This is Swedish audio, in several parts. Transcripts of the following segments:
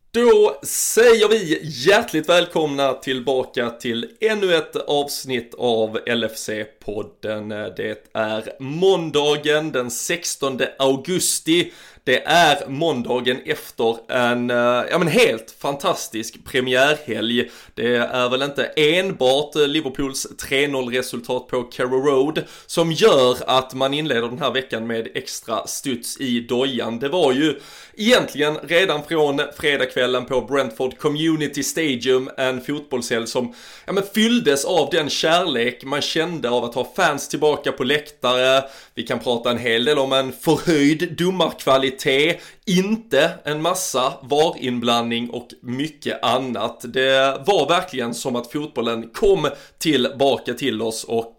Då säger vi hjärtligt välkomna tillbaka till ännu ett avsnitt av LFC-podden. Det är måndagen den 16 augusti. Det är måndagen efter en helt fantastisk premiärhelg. Det är väl inte enbart Liverpools 3-0-resultat på Carrow Road som gör att man inleder den här veckan med extra studs i dojan. Det var ju egentligen redan från fredagskvällen på Brentford Community Stadium en fotbollshelg som fylldes av den kärlek man kände av att ha fans tillbaka på läktare. Vi kan prata en hel del om en förhöjd domarkvalitet, inte en massa VAR-inblandning och mycket annat. Det var verkligen som att fotbollen kom tillbaka till oss och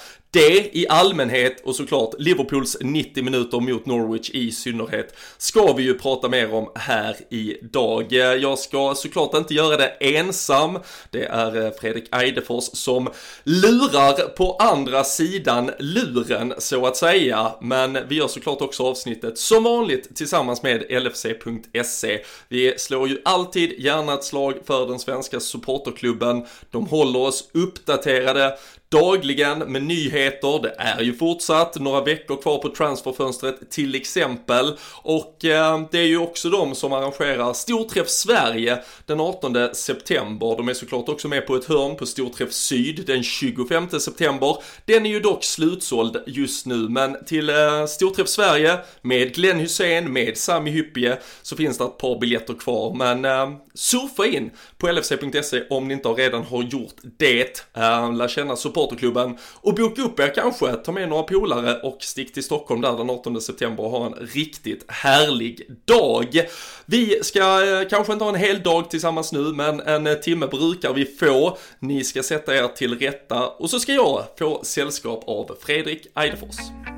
det i allmänhet och såklart Liverpools 90 minuter mot Norwich i synnerhet ska vi ju prata mer om här idag. Jag ska såklart inte göra det ensam. Det är Fredrik Eidefors som lurar på andra sidan luren så att säga. Men vi gör såklart också avsnittet som vanligt tillsammans med LFC.se. Vi slår ju alltid gärna ett slag för den svenska supporterklubben. De håller oss uppdaterade dagligen med nyheter. Det är ju fortsatt några veckor kvar på transferfönstret till exempel. Och det är ju också de som arrangerar Storträff Sverige den 18 september. De är såklart också med på ett hörn på Storträff Syd den 25 september. Den är ju dock slutsåld just nu. Men till Storträff Sverige med Glenn Hussein, med Sami Hyppie så finns det ett par biljetter kvar. Men surfa in på lfc.se om ni inte redan har gjort det. Lär känna supporterklubben och boka upp er kanske, ta med några polare och stick till Stockholm där den 18 september och ha en riktigt härlig dag. Vi ska kanske inte ha en hel dag tillsammans nu, men en timme brukar vi få. Ni ska sätta er till rätta och så ska jag få sällskap av Fredrik Eidefors.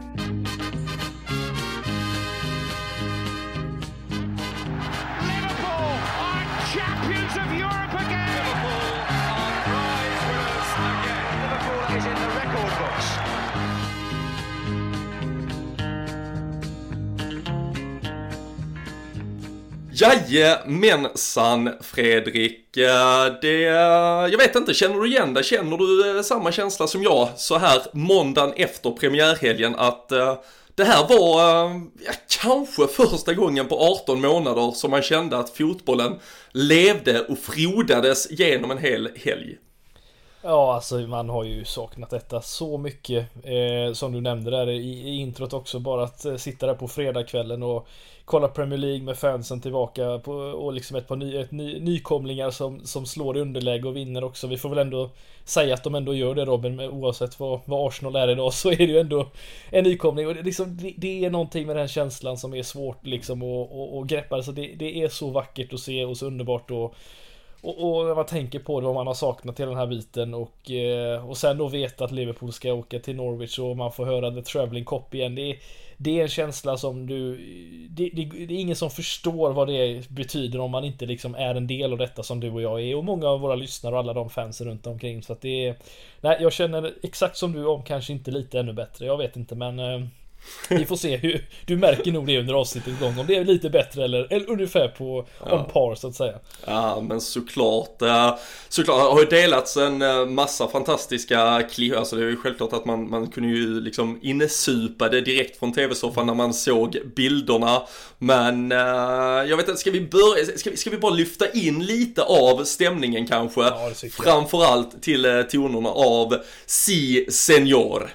Jajamensan Fredrik, jag vet inte, känner du igen det? Känner du samma känsla som jag så här måndagen efter premiärhelgen att det här var kanske första gången på 18 månader som man kände att fotbollen levde och frodades genom en hel helg? Ja, alltså man har ju saknat detta så mycket, som du nämnde där i introt också, bara att sitta där på fredagskvällen och kolla Premier League med fansen tillbaka på, och liksom ett par nykomlingar som slår i underläge och vinner också. Vi får väl ändå säga att de ändå gör det, Robin, oavsett vad Arsenal är idag så är det ju ändå en nykomling och det är någonting med den känslan som är svårt liksom att greppa, så det är så vackert att se och så underbart och när man tänker på det, vad man har saknat till den här biten och sen då veta att Liverpool ska åka till Norwich och man får höra The Travelling Cop igen, det är en känsla som det är ingen som förstår vad det betyder om man inte liksom är en del av detta som du och jag är och många av våra lyssnare och alla de fansen runt omkring, så att jag känner exakt som du, om kanske inte lite ännu bättre, jag vet inte, men vi får se hur du märker nog det under avsnittet gång, om det är lite bättre eller ungefär på on par så att säga. Ja, men såklart har ju delats en massa fantastiska klipp. Alltså det är ju självklart att man kunde ju liksom insupa det direkt från tv-soffan när man såg bilderna. Men jag vet inte, ska vi bara lyfta in lite av stämningen kanske? Ja, framförallt till tonerna av Si Senor.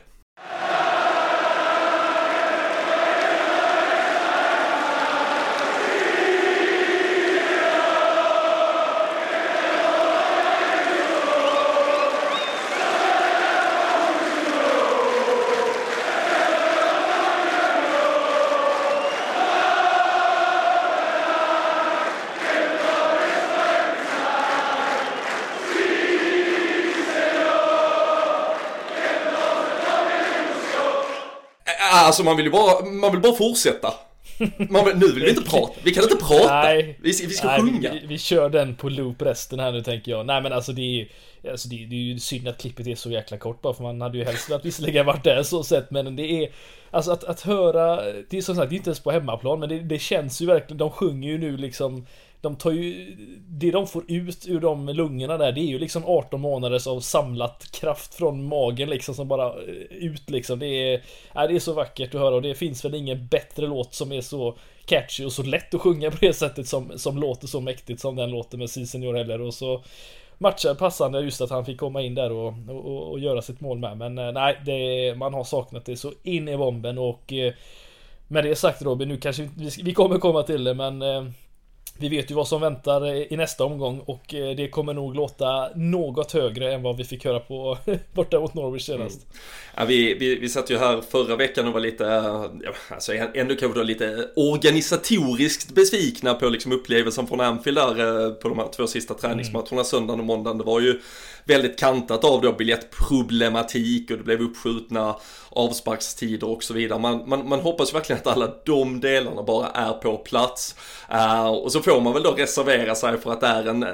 Alltså man vill bara fortsätta. Nu vill vi inte prata. Vi kan inte prata. Nej, vi ska sjunga. Vi kör den på loop resten här nu, tänker jag. Nej, men alltså det är ju synd att klippet är så jäkla kort, bara för man hade ju helst att visserligen varit där så sett, men det är alltså att höra, det är som sagt, det är inte ens på hemmaplan, men det känns ju verkligen, de sjunger ju nu liksom de tar ju, det de får ut ur de lungorna där, det är ju liksom 18 månaders av samlat kraft från magen liksom, som bara ut liksom. Det är så vackert att höra, och det finns väl ingen bättre låt som är så catchy och så lätt att sjunga på det sättet som låter så mäktigt som den låter med Si Senor heller. Och så matchar passande just att han fick komma in där och göra sitt mål med. Men nej, man har saknat det så in i bomben. Och med det sagt, Robin, nu kanske vi kommer komma till det, men vi vet ju vad som väntar i nästa omgång, och det kommer nog låta något högre än vad vi fick höra på borta mot Norwich senast. Ja, vi satt ju här förra veckan och var lite, alltså ändå kanske då lite organisatoriskt besvikna på liksom upplevelsen från Anfield där på de här 2 sista träningsmatcherna, söndagen och måndagen. Det var ju väldigt kantat av då biljettproblematik, och det blev uppskjutna avsparkstider och så vidare. Man hoppas verkligen att alla de delarna bara är på plats. Och så får man väl då reservera sig för att det är en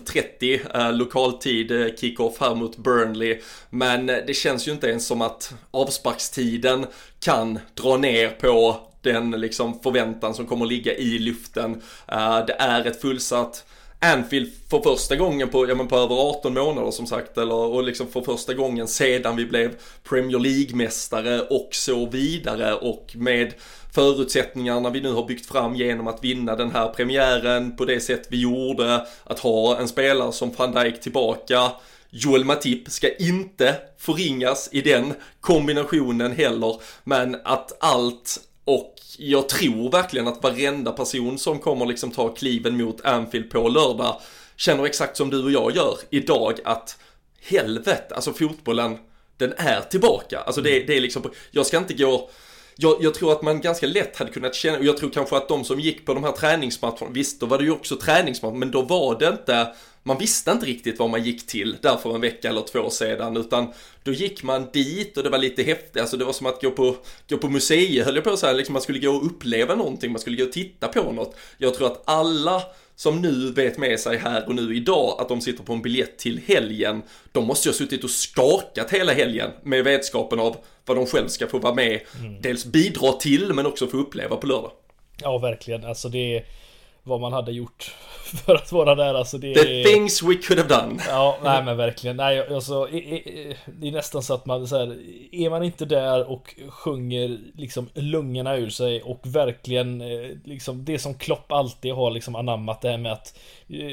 12:30 lokaltid kick-off här mot Burnley. Men det känns ju inte ens som att avsparkstiden kan dra ner på den liksom förväntan som kommer ligga i luften. Det är ett fullsatt Anfield för första gången på över 18 månader som sagt, och liksom för första gången sedan vi blev Premier League-mästare och så vidare, och med förutsättningarna vi nu har byggt fram genom att vinna den här premiären på det sätt vi gjorde, att ha en spelare som Van Dijk tillbaka. Joel Matip ska inte förringas i den kombinationen heller, men att allt, och jag tror verkligen att varenda person som kommer liksom ta kliven mot Anfield på lördag känner exakt som du och jag gör idag, att helvete, alltså fotbollen, den är tillbaka. Alltså det är liksom, jag ska inte gå, jag tror att man ganska lätt hade kunnat känna, och jag tror kanske att de som gick på de här träningsmatcherna, visst då var det ju också träningsmatcher, men då var det inte, man visste inte riktigt vad man gick till där för en vecka eller 2 sedan, utan då gick man dit och det var lite häftigt, alltså det var som att gå på museet, höll jag på att säga, liksom man skulle gå och uppleva någonting, man skulle gå och titta på något. Jag tror att alla som nu vet med sig här och nu idag att de sitter på en biljett till helgen, de måste ju ha suttit och skakat hela helgen med vetskapen av vad de själv ska få vara med, dels bidra till men också få uppleva på lördag. Ja, verkligen, alltså det är vad man hade gjort för att vara där, alltså det The things we could have done. Ja, nej men verkligen. Nej, alltså det är nästan så att man så här, är man inte där och sjunger liksom lungorna ur sig och verkligen liksom det som Klopp alltid har liksom anammat, det här med att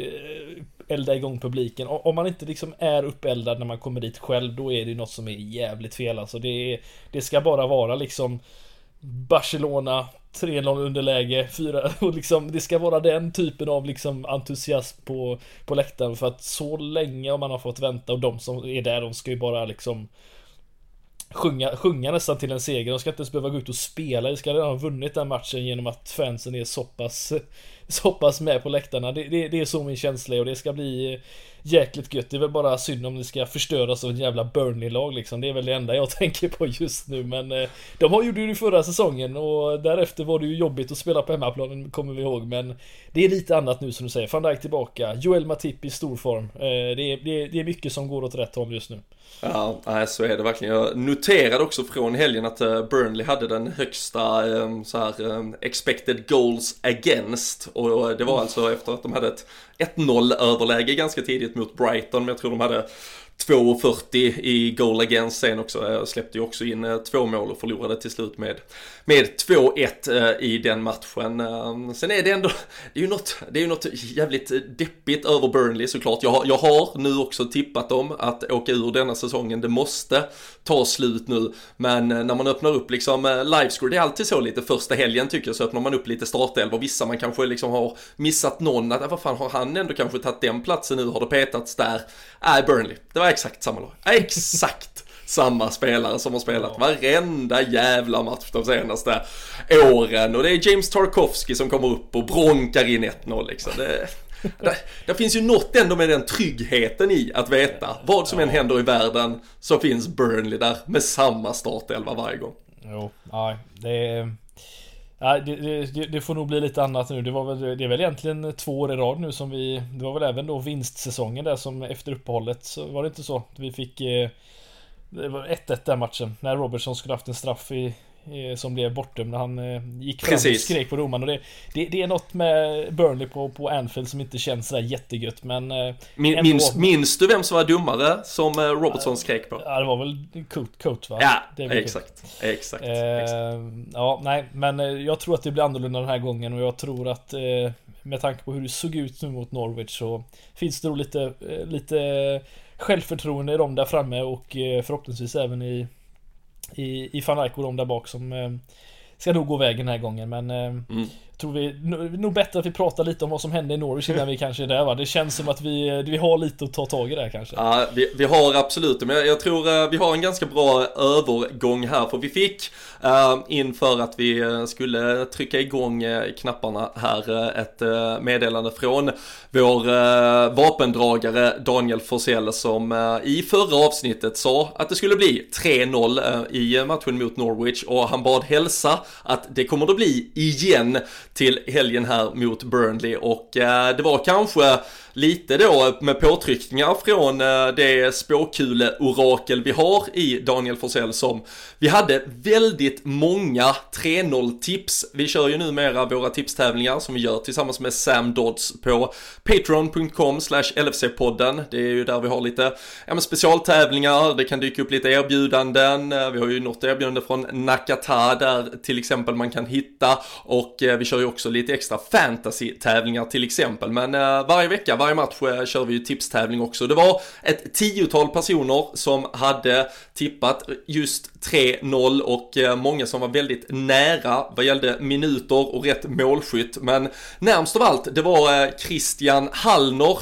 elda igång publiken. Om man inte liksom är uppeldad när man kommer dit själv, då är det något som är jävligt fel. Alltså det ska bara vara liksom Barcelona 3-0 underläge 4, och liksom det ska vara den typen av liksom entusiasm på läktaren, för att så länge man har fått vänta, och de som är där, de ska ju bara liksom sjunga nästan till en seger. De ska inte ens behöva gå ut och spela, de ska redan ha vunnit den matchen genom att fansen är så pass med på läktarna. Det är så min känsla är, och det ska bli jäkligt gött. Det är väl bara synd om det ska förstöras av en jävla Burnley-lag liksom. Det är väl det enda jag tänker på just nu, men de har gjort det ju förra säsongen, och därefter var det ju jobbigt att spela på hemmaplanen, kommer vi ihåg, men det är lite annat nu som du säger. Van Dijk tillbaka, Joel Matip i stor form. Det är mycket som går åt rätt håll just nu. Ja, så är det verkligen. Jag noterade också från helgen att Burnley hade den högsta expected goals against, och det var alltså efter att de hade ett 1-0 överläge ganska tidigt mot Brighton, men jag tror de hade 2,40 i goal against sen också. Jag släppte ju också in 2 mål och förlorade till slut med 2-1 i den matchen. Sen är det ändå, det är ju något jävligt deppigt över Burnley såklart. Jag har nu också tippat dem att åka ur denna säsongen. Det måste ta slut nu, men när man öppnar upp liksom livescore, det är alltid så lite första helgen tycker jag, så öppnar man upp lite startelvor. Vissa man kanske liksom har missat någon, att vad fan har han ändå kanske tagit den platsen nu, har det petats där. Burnley, det var exakt samma lag. Exakt samma spelare som har spelat varenda jävla match de senaste åren. Och det är James Tarkowski som kommer upp och bronkar in 1-0 liksom. Det finns ju något ändå med den tryggheten i att veta vad som än händer i världen, så finns Burnley där med samma startelva varje gång. Jo, nej, det får nog bli lite annat nu. Det är väl egentligen 2 år i rad nu som det var väl även då vinstsäsongen där som efter uppehållet, så var det inte så. Vi fick det var 1-1 där matchen när Robertson skulle haft en straff som blev bortdömd när han gick fram och skrek på domaren. Och det är något med Burnley på Anfield som inte känns sådär jättegött, men minns du vem som var domare som Robertson skrek på? Ja, det var väl Coat, va? Ja, det exakt. Ja, nej, men jag tror att det blir annorlunda den här gången, och jag tror att med tanke på hur det såg ut nu mot Norwich så finns det då lite självförtroende i dem där framme, och förhoppningsvis även i Van Dijk och de där bak som ska nog gå vägen den här gången. Men jag tror vi nog bättre att vi pratar lite om vad som hände i Norwich innan vi kanske är där, va? Det känns som att vi har lite att ta tag i där kanske. Ja, vi har absolut, men jag tror vi har en ganska bra övergång här, för vi fick inför att vi skulle trycka igång knapparna här ett meddelande från vår vapendragare Daniel Forsell, som i förra avsnittet sa att det skulle bli 3-0 i matchen mot Norwich, och han bad hälsa att det kommer att bli igen till helgen här mot Burnley. Och det var kanske lite då med påtryckningar från det spåkule-orakel vi har i Daniel Forsell, som vi hade väldigt många 3-0 tips. Vi kör ju numera våra tipstävlingar som vi gör tillsammans med Sam Dodds på patreon.com/LFC-podden. Det är ju där vi har lite specialtävlingar, det kan dyka upp lite erbjudanden. Vi har ju något erbjudande från Nakata där till exempel man kan hitta, och vi kör ju också lite extra fantasy-tävlingar till exempel. Men varje vecka, varje match kör vi ju tipstävling också. Det var ett 10-tal personer som hade tippat just 3-0, och många som var väldigt nära vad gällde minuter och rätt målskytt. Men närmst av allt, det var Christian Hallner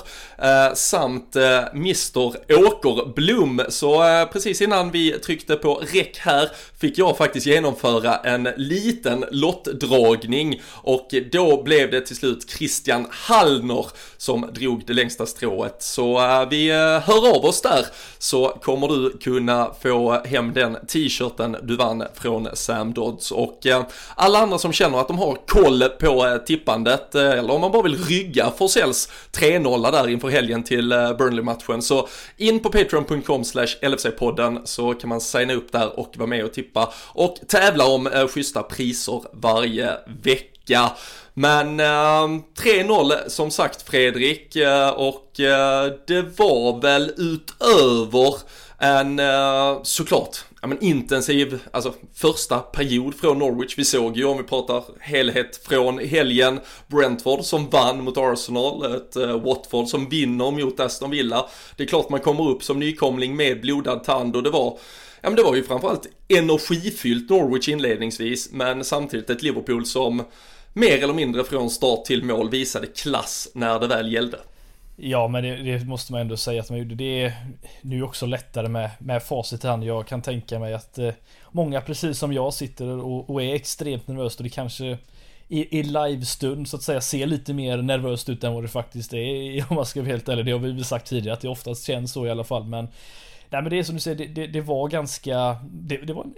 samt Mr. Åkerblom. Så precis innan vi tryckte på räck här fick jag faktiskt genomföra en liten lottdragning, och då blev det till slut Christian Hallner som drog det längsta strået. Så vi hör av oss där, så kommer du kunna få hem den t-shirten du vann från Sam Dodds. Och alla andra som känner att de har koll på tippandet, eller om man bara vill rygga Forsells 3-0 där inför helgen till Burnley-matchen, så in på patreon.com/LFC-podden så kan man signa upp där och vara med och tippa och tävla om schyssta priser varje vecka. Men 3-0 som sagt, Fredrik, och det var väl utöver en såklart intensiv första period från Norwich. Vi såg ju, om vi pratar helhet från helgen, Brentford som vann mot Arsenal, ett Watford som vinner mot Aston Villa. Det är klart man kommer upp som nykomling med blodad tand, och det var ju framförallt energifyllt Norwich inledningsvis, men samtidigt ett Liverpool som mer eller mindre från start till mål visade klass när det väl gällde. Ja, men det måste man ändå säga att man gjorde. Det är nu också lättare med facit i hand. Jag kan tänka mig att många, precis som jag, sitter och är extremt nervöst, och det kanske i livestund så att säga ser lite mer nervöst ut än vad det faktiskt är, om man ska vara helt ärlig. Det har vi väl sagt tidigare att det oftast känns så i alla fall, men nej, men det är som du säger, det var ganska, det var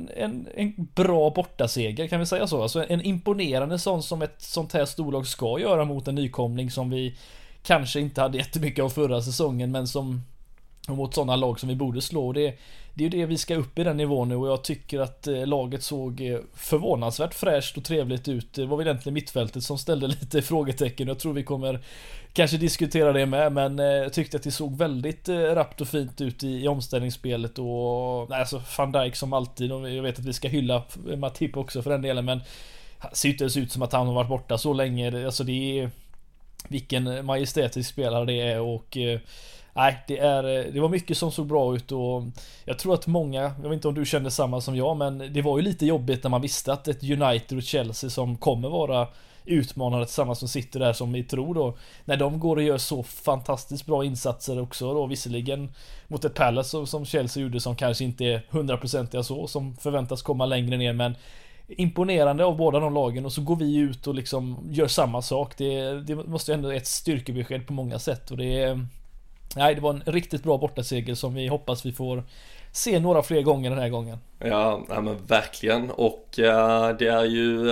en bra bortaseger, kan vi säga så. Alltså en imponerande sån som ett sånt här storlag ska göra mot en nykomling som vi kanske inte hade jättemycket av förra säsongen, men som mot sådana lag som vi borde slå. Det är ju det vi ska upp i den nivån nu, och jag tycker att laget såg förvånansvärt fräscht och trevligt ut. Det var väl egentligen mittfältet som ställde lite frågetecken. Jag tror vi kommer kanske diskutera det med, men jag tyckte att det såg väldigt rappt och fint ut i omställningsspelet. Och alltså Van Dijk som alltid, och jag vet att vi ska hylla Matip också för den delen, men det ser inte ens ut som att han har varit borta så länge. Alltså det är, vilken majestätisk spelare det är, och nej, det var mycket som såg bra ut, och jag tror att många, jag vet inte om du kände samma som jag, men det var ju lite jobbigt när man visste att ett United och Chelsea som kommer vara utmanare tillsammans, som sitter där som vi tror då, när de går och gör så fantastiskt bra insatser också då, visserligen mot ett Palace som Chelsea gjorde, som kanske inte är 100% så, som förväntas komma längre ner, men imponerande av båda de lagen, och så går vi ut och liksom gör samma sak. Det måste ju ändå ett styrkebesked på många sätt, och det var en riktigt bra bortaseger som vi hoppas vi får se några fler gånger den här gången. Ja, men verkligen, och det är ju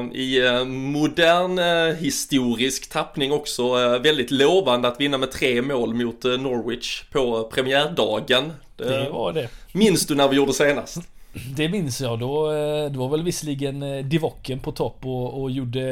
i modern historisk tappning också väldigt lovande att vinna med 3 mål mot Norwich på premiärdagen. Det var det. Minns du när vi gjorde senast? Det minns jag då. Det var väl visserligen Divocken på topp och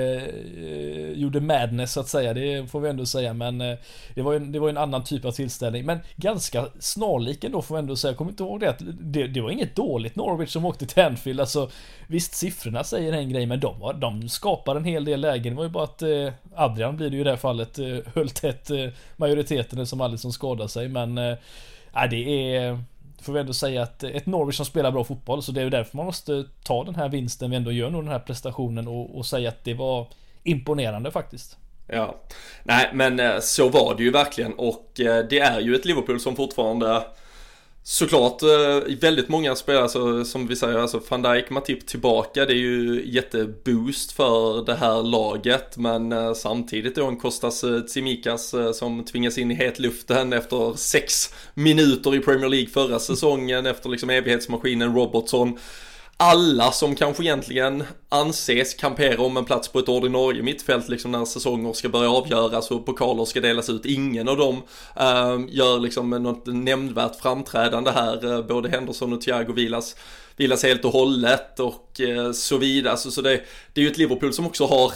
gjorde madness så att säga. Det får vi ändå säga. Men det var en annan typ av tillställning. Men ganska snarlik ändå får vi ändå säga. Jag kommer inte ihåg det. Att det var inget dåligt Norwich som åkte till Anfield. Alltså, visst, siffrorna säger en grej. Men de skapar en hel del lägen. Det var ju bara att Adrian blir det ju i det här fallet. Höll tätt majoriteten som Alisson skadade sig. Men det är... Får vi ändå säga att ett Norwich som spelar bra fotboll, så det är ju därför man måste ta den här vinsten vi ändå gör nu, den här prestationen, och säga att det var imponerande faktiskt. Ja, nej men så var det ju verkligen, och det är ju ett Liverpool som fortfarande såklart väldigt många spelare, alltså, som vi säger, alltså Van Dijk, Matip tillbaka, det är ju jätteboost för det här laget, men samtidigt då en Kostas Tsimikas som tvingas in i hetluften efter 6 minuter i Premier League förra säsongen, efter liksom evighetsmaskinen Robertson. Alla som kanske egentligen anses kampera om en plats på ett ordinarie mittfält liksom när säsonger ska börja avgöras och pokaler ska delas ut. Ingen av dem gör liksom något nämnvärt framträdande här. Både Henderson och Thiago vilas helt och hållet och så vidare. Så det är ju ett Liverpool som också har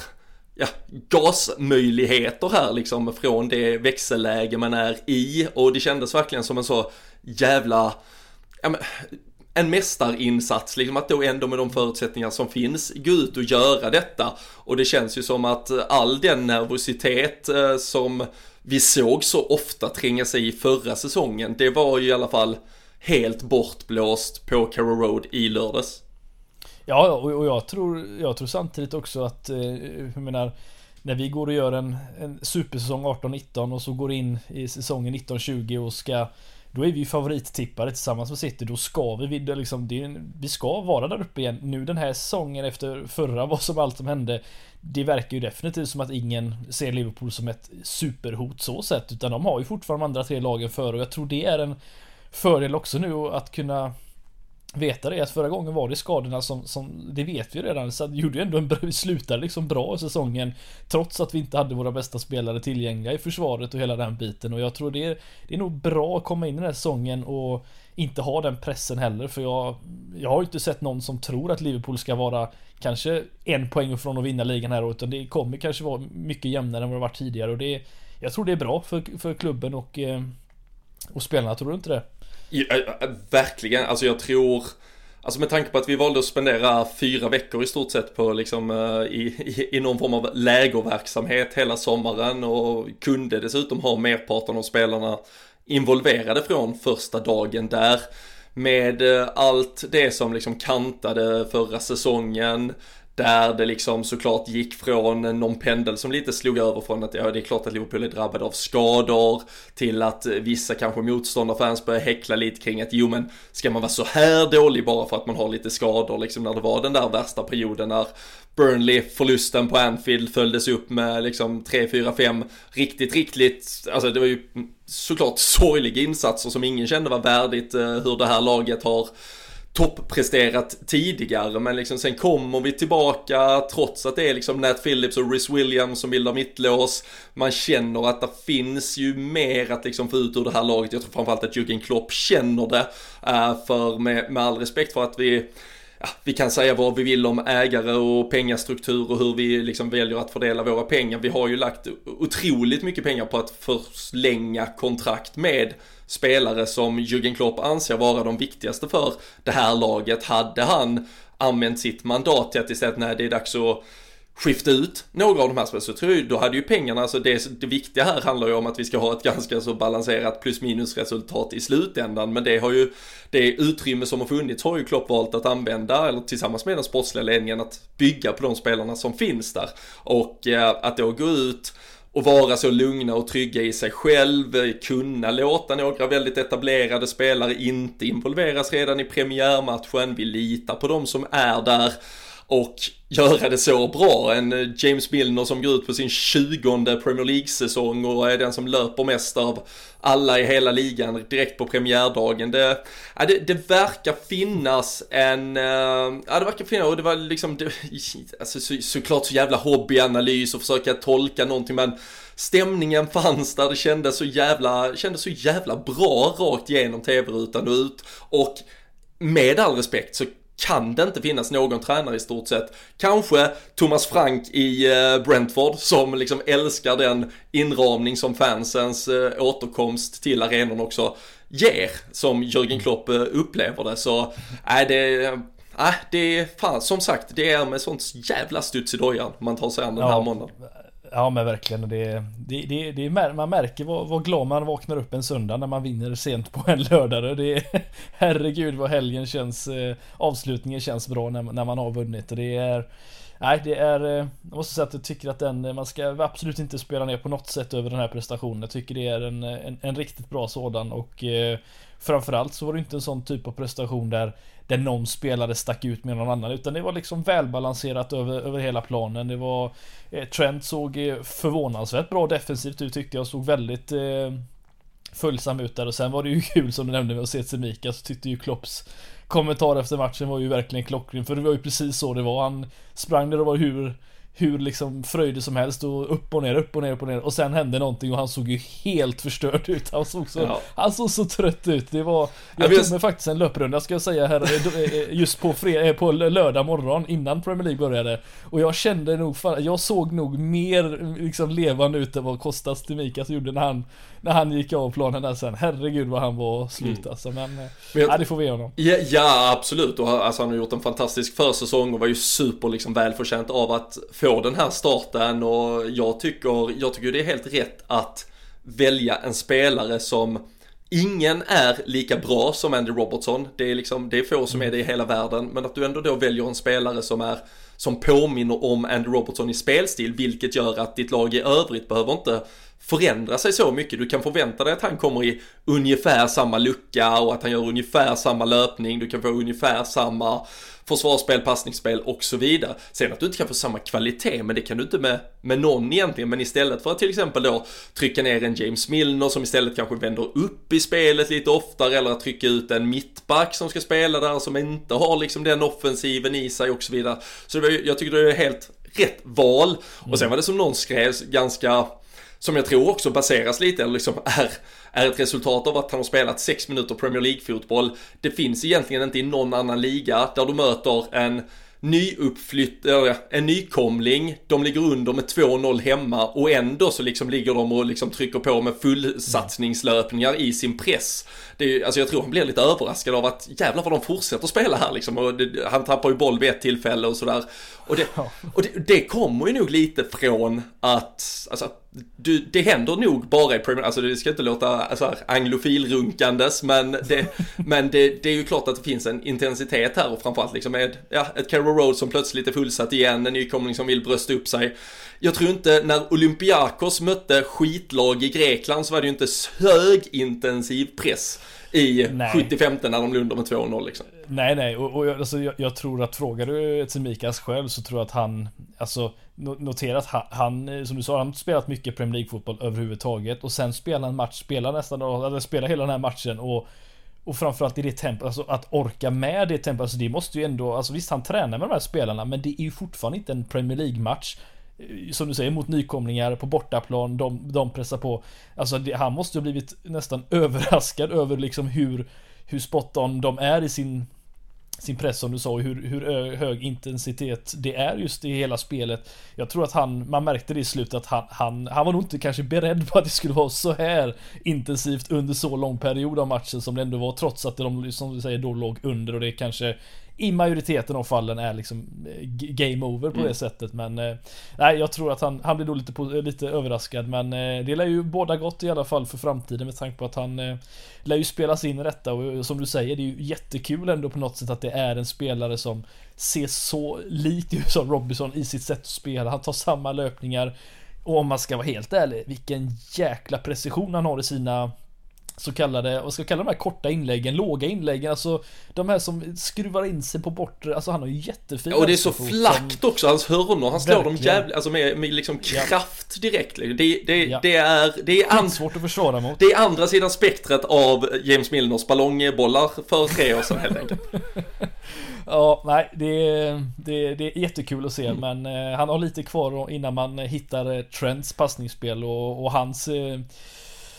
gasmöjligheter här liksom från det växelläge man är i. Och det kändes verkligen som en så jävla... en mästarinsats, liksom att då ändå med de förutsättningar som finns gå ut och göra detta. Och det känns ju som att all den nervositet som vi såg så ofta tränga sig i förra säsongen, det var ju i alla fall helt bortblåst på Carrow Road i lördags. Ja, och jag tror samtidigt också att jag menar, när vi går och gör en supersäsong 18-19 och så går in i säsongen 19-20 och då är vi ju favorittippare tillsammans med City. Då ska vi ska vara där uppe igen. Nu den här säsongen efter förra, vad som allt som hände, det verkar ju definitivt som att ingen ser Liverpool som ett superhot så sett, utan de har ju fortfarande de andra 3 lagen före, och jag tror det är en fördel också nu att kunna veta det, att förra gången var det skadorna som det vet vi redan, så det gjorde ju ändå slutade liksom bra säsongen trots att vi inte hade våra bästa spelare tillgängliga i försvaret och hela den biten. Och jag tror det är nog bra att komma in i den här säsongen och inte ha den pressen heller, för jag har ju inte sett någon som tror att Liverpool ska vara kanske 1 poäng från att vinna ligan här, utan det kommer kanske vara mycket jämnare än vad det varit tidigare, och jag tror det är bra för klubben och spelarna, tror du inte det? Ja, verkligen, alltså jag tror, alltså med tanke på att vi valde att spendera 4 veckor i stort sett på liksom i någon form av lägerverksamhet hela sommaren, och kunde dessutom ha merparten av spelarna involverade från första dagen där, med allt det som liksom kantade förra säsongen, där det liksom såklart gick från någon pendel som lite slog över från att det är klart att Liverpool är drabbade av skador, till att vissa kanske motståndarfans börjar häckla lite kring att men ska man vara så här dålig bara för att man har lite skador, liksom när det var den där värsta perioden när Burnley-förlusten på Anfield följdes upp med liksom 3-4-5 riktigt, alltså det var ju såklart sorgliga insatser som ingen kände var värdigt hur det här laget har toppresterat tidigare, men liksom sen kommer vi tillbaka trots att det är liksom Nat Phillips och Rhys Williams som bildar mittlås. Man känner att det finns ju mer att liksom få ut ur det här laget. Jag tror framförallt att Jürgen Klopp känner det, för med all respekt för att vi kan säga vad vi vill om ägare och pengastruktur och hur vi liksom väljer att fördela våra pengar. Vi har ju lagt otroligt mycket pengar på att förlänga kontrakt med spelare som Jürgen Klopp anser vara de viktigaste för det här laget. Hade han använt sitt mandat till att istället när det är dags att skifta ut några av de här spelarna, så tror jag då hade ju pengarna, alltså det viktiga här handlar ju om att vi ska ha ett ganska så balanserat plus minus resultat i slutändan, men det har ju det utrymme som har funnits har ju Klopp valt att använda, eller tillsammans med den sportsliga ledningen, att bygga på de spelarna som finns där, och att då gå ut och vara så lugna och trygga i sig själv, kunna låta några väldigt etablerade spelare inte involveras redan i premiärmatchen. Vi litar på dem som är där och göra det så bra. En James Milner som går ut på sin 20:e Premier League-säsong och är den som löper mest av alla i hela ligan direkt på premiärdagen. Det verkar finnas och det var liksom alltså, såklart så jävla hobbyanalys och försöka tolka någonting, men stämningen fanns där. Det kändes så jävla bra rakt igenom tv-rutan och ut, och med all respekt så kan det inte finnas någon tränare i stort sett. Kanske Thomas Frank i Brentford som liksom älskar den inramning som fansens återkomst till arenan också ger, som Jürgen Klopp upplever det. Så det är fan, som sagt, det är med sånt jävla studs i dojan man tar sig an den här måndagen. Ja, men verkligen. Man märker vad glad man vaknar upp en söndag när man vinner sent på en lördag. Herregud vad helgen känns, avslutningen känns bra när man har vunnit. Och jag måste säga att jag tycker att man ska absolut inte spela ner på något sätt över den här prestationen. Jag tycker det är en riktigt bra sådan, och framförallt så var det inte en sån typ av prestation där någon spelare stack ut med någon annan, utan det var liksom välbalanserat över hela planen. Det var Trent såg förvånansvärt bra defensivt ut, tyckte jag, såg väldigt följsam ut där. Och sen var det ju kul, som du nämnde, med att se Tsimikas, så tyckte ju Klopps kommentar efter matchen var ju verkligen klockren, för det var ju precis så det var. Han sprang där och var hur liksom fröjde som helst, och upp och ner, och sen hände någonting och han såg ju helt förstörd ut. Han såg så trött ut. Det var, jag tog mig faktiskt en löprunda, ska jag säga här, just på lördag morgon innan Premier League började, och jag kände nog, jag såg nog mer liksom levande ut än vad Kostas Tsimikas gjorde när han gick av planen där sen. Herregud vad han var slut alltså. Men det får vi honom. Ja, absolut. Och alltså, han har gjort en fantastisk försäsong och var ju super liksom välförtjänt av att få den här starten, och jag tycker det är helt rätt att välja en spelare som ingen är lika bra som Andy Robertson. Det är få som är det i hela världen, men att du ändå då väljer en spelare som påminner om Andy Robertson i spelstil, vilket gör att ditt lag i övrigt behöver inte förändra sig så mycket. Du kan förvänta dig att han kommer i ungefär samma lucka och att han gör ungefär samma löpning. Du kan få ungefär samma försvarsspel, passningsspel och så vidare. Sen att du inte kan få samma kvalitet, men det kan du inte med någon egentligen. Men istället för att till exempel då trycka ner en James Milner som istället kanske vänder upp i spelet lite oftare, eller att trycka ut en mittback som ska spela där som inte har liksom den offensiven i sig och så vidare. Så jag tycker det är helt rätt val. Och sen var det som någon skrev ganska, som jag tror också baseras lite, eller liksom är ett resultat av att han har spelat 6 minuter Premier League-fotboll. Det finns egentligen inte i någon annan liga där du möter en en nykomling, de ligger under med 2-0 hemma, och ändå så liksom ligger de och liksom trycker på med fullsatsningslöpningar i sin press. Alltså jag tror han blir lite överraskad av att jävlar vad de fortsätter spela här liksom, och han tappar ju boll vid ett tillfälle och sådär. Och det kommer ju nog lite från att alltså, det händer nog bara i Premier, alltså det ska inte låta alltså, anglofilrunkandes, men det är ju klart att det finns en intensitet här, och framförallt liksom med ett Carrow Road som plötsligt är fullsatt igen, en nykomling som vill brösta upp sig. Jag tror inte, när Olympiakos mötte skitlag i Grekland så var det ju inte högintensiv press i 75 när de låg under med 2-0 liksom. Nej, och alltså, jag tror att, frågar du Tsimikas själv, så tror jag att han, alltså notera att han, som du sa, han har spelat mycket Premier League-fotboll överhuvudtaget, och sen spelar hela den här matchen, och framförallt i det tempo, alltså att orka med det tempo, alltså det måste ju ändå, alltså visst han tränar med de här spelarna, men det är ju fortfarande inte en Premier League-match, som du säger, mot nykomlingar på bortaplan, de pressar på, alltså han måste ju ha blivit nästan överraskad över liksom hur spot on de är i sin press, som du sa, och hur hög intensitet det är just i hela spelet. Jag tror att man märkte det i slutet, att han var nog inte kanske beredd på att det skulle vara så här intensivt under så lång period av matchen som det ändå var, trots att de, som du säger, då låg under, och det kanske i majoriteten av fallen är liksom game over på det sättet. Men nej, jag tror att han blir då lite överraskad, men det lär ju båda gott i alla fall för framtiden, med tanke på att han lär ju spelas in i detta, och som du säger, det är ju jättekul ändå på något sätt att det är en spelare som ser så likt som Robinson i sitt sätt att spela. Han tar samma löpningar, och om man ska vara helt ärlig, vilken jäkla precision han har i sina så kallade, vad ska jag kalla de här korta inläggen, låga inläggen, alltså de här som skruvar in sig på bortre, alltså han har ju jättefin, och det är så flackt också, hans hörnor, han slår dem jävligt, alltså med liksom kraft direkt. Det är svårt att försvara mot. Det är andra sidan spektret av James Milners ballongbollar för 3 år sedan helt enkelt. Ja, nej, det är jättekul att se, men han har lite kvar innan man hittar Trents passningsspel och hans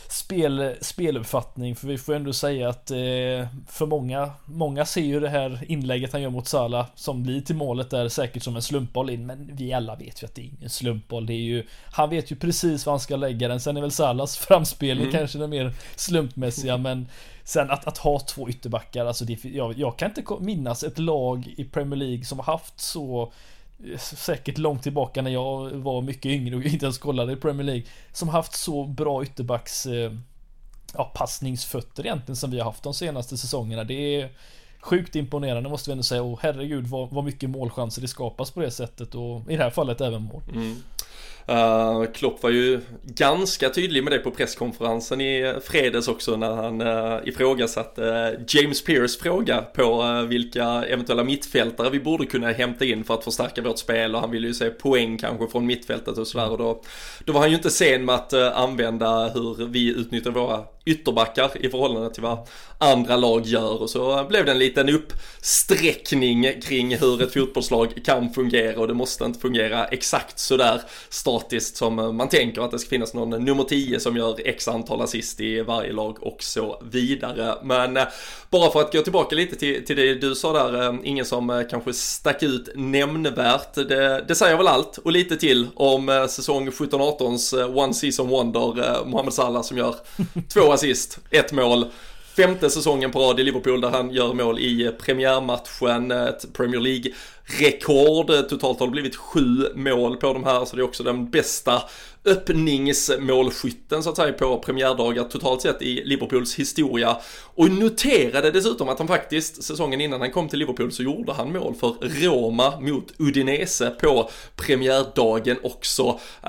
speluppfattning, för vi får ändå säga att för många ser ju det här inlägget han gör mot Salah som blir till målet där säkert som en slumpboll in, men vi alla vet ju att det är ingen slumpboll. Det är ju, han vet ju precis var han ska lägga den. Sen är väl Salahs framspelning kanske den mer slumpmässiga, men sen att ha två ytterbackar, alltså jag kan inte minnas ett lag i Premier League som har haft så, säkert långt tillbaka när jag var mycket yngre och inte ens kollade i Premier League, som haft så bra ytterbacks passningsfötter egentligen som vi har haft de senaste säsongerna. Det är sjukt imponerande måste vi ändå säga, och herregud vad mycket målchanser det skapas på det sättet, och i det här fallet även mål. Klopp var ju ganska tydlig med det på presskonferensen i fredags också, när han ifrågasatte James Pearce fråga på vilka eventuella mittfältare vi borde kunna hämta in för att förstärka vårt spel, och han ville ju se poäng kanske från mittfältet och sådär, och då var han ju inte sen med att använda hur vi utnyttjar våra ytterbackar i förhållande till vad andra lag gör, och så blev det en liten uppsträckning kring hur ett fotbollslag kan fungera, och det måste inte fungera exakt sådär statiskt som man tänker, att det ska finnas någon nummer 10 som gör x antal assist i varje lag och så vidare. Men bara för att gå tillbaka lite till det du sa där, ingen som kanske stack ut nämnvärt, det säger väl allt och lite till om säsong 17-18s One Season Wonder Mohamed Salah, som gör 2 assist, 1 mål, 5:e säsongen på rad i Liverpool där han gör mål i premiärmatchen, ett Premier League-rekord. Totalt har det blivit 7 mål på de här, så det är också den bästa öppningsmålskytten så att säga på premiärdagar totalt sett i Liverpools historia. Och noterade dessutom att han faktiskt, säsongen innan han kom till Liverpool, så gjorde han mål för Roma mot Udinese på premiärdagen också.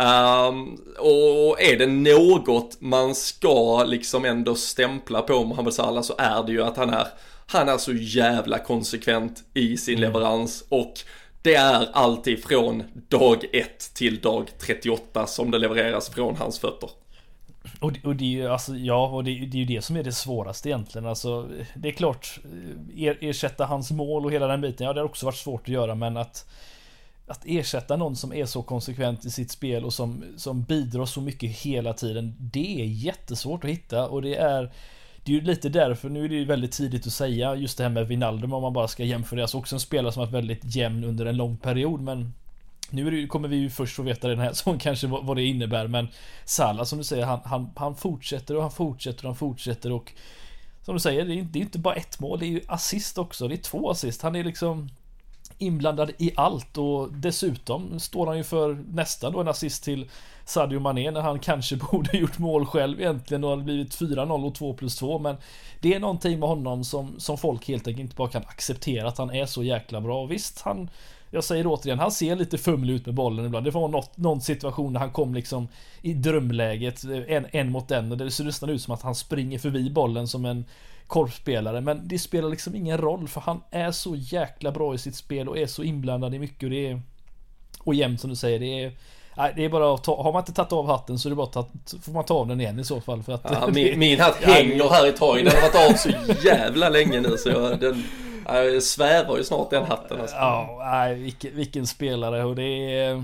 Och är det något man ska liksom ändå stämpla på Mohamed Salah, så är det ju att han är så jävla konsekvent i sin leverans, och det är alltid från dag 1 till dag 38 som det levereras från hans fötter. Och det är ju alltså, det är ju det som är det svåraste egentligen. Alltså, det är klart, ersätta hans mål och hela den biten, det har också varit svårt att göra, men att ersätta någon som är så konsekvent i sitt spel och som bidrar så mycket hela tiden, det är jättesvårt att hitta, och det är ju lite därför, nu är det ju väldigt tidigt att säga just det här med Wijnaldum om man bara ska jämföra, alltså också en spelare som har varit väldigt jämn under en lång period, men nu kommer vi ju först få veta den här som kanske vad det innebär, men Salah som du säger, han fortsätter och han fortsätter och han fortsätter, och som du säger, det är inte bara ett mål, det är ju assist också, det är 2 assist, han är liksom inblandad i allt, och dessutom står han ju för nästan då en assist till Sadio Mané när han kanske borde gjort mål själv egentligen, och hade blivit 4-0 och 2+2, men det är någonting med honom som folk helt enkelt inte bara kan acceptera, att han är så jäkla bra. Och visst, jag säger återigen, han ser lite fumlig ut med bollen ibland. Det var någon situation där han kom liksom i drömläget en mot en, och det ser nästan ut som att han springer förbi bollen som en korpspelare, men det spelar liksom ingen roll, för han är så jäkla bra i sitt spel och är så inblandad i mycket, och jämnt som du säger, det är bara att har man inte tagit av hatten, så är det bara får man ta av den igen i så fall, för att min hatt hänger här i taget, den har varit av så jävla länge nu, så jag svävar ju snart den hatten alltså. Vilken spelare, och det är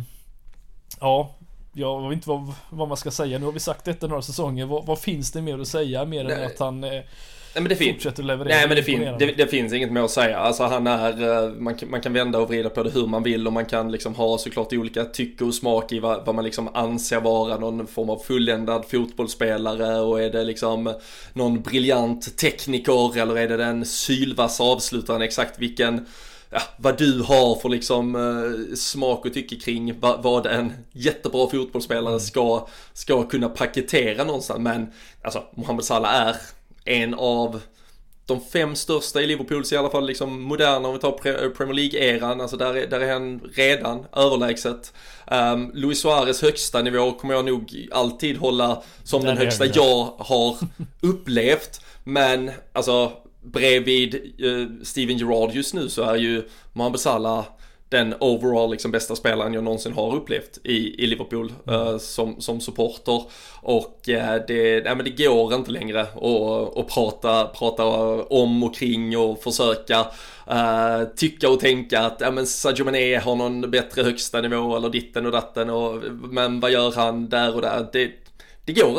jag vet inte vad man ska säga. Nu har vi sagt detta några säsonger. Vad finns det mer att säga mer än att han fortsätter leverera? Nej, men det finns inget mer att säga. Alltså han är, man kan vända och vrida på det hur man vill, och man kan liksom ha såklart olika tycke och smak i vad man liksom anser vara någon form av fulländad fotbollsspelare, och är det liksom någon briljant tekniker, eller är det den sylvass avslutaren, exakt vad du har för liksom smak och tycke kring vad en jättebra fotbollsspelare ska kunna paketera någonstans. Men alltså Mohamed Salah är en av de 5 största i Liverpools, i alla fall liksom moderna, om vi tar Premier League-eran, alltså där är han redan överlägset. Luis Suarez högsta nivå kommer jag nog alltid hålla som den högsta jag har upplevt, men alltså bredvid Steven Gerrard just nu så är ju Mohamed Salah den overall liksom bästa spelaren jag någonsin har upplevt i Liverpool som supporter, och det går inte längre att prata om och kring och försöka tycka och tänka att Sadio Mané har någon bättre högsta nivå eller ditten och datten, men vad gör han där och där, det går inte.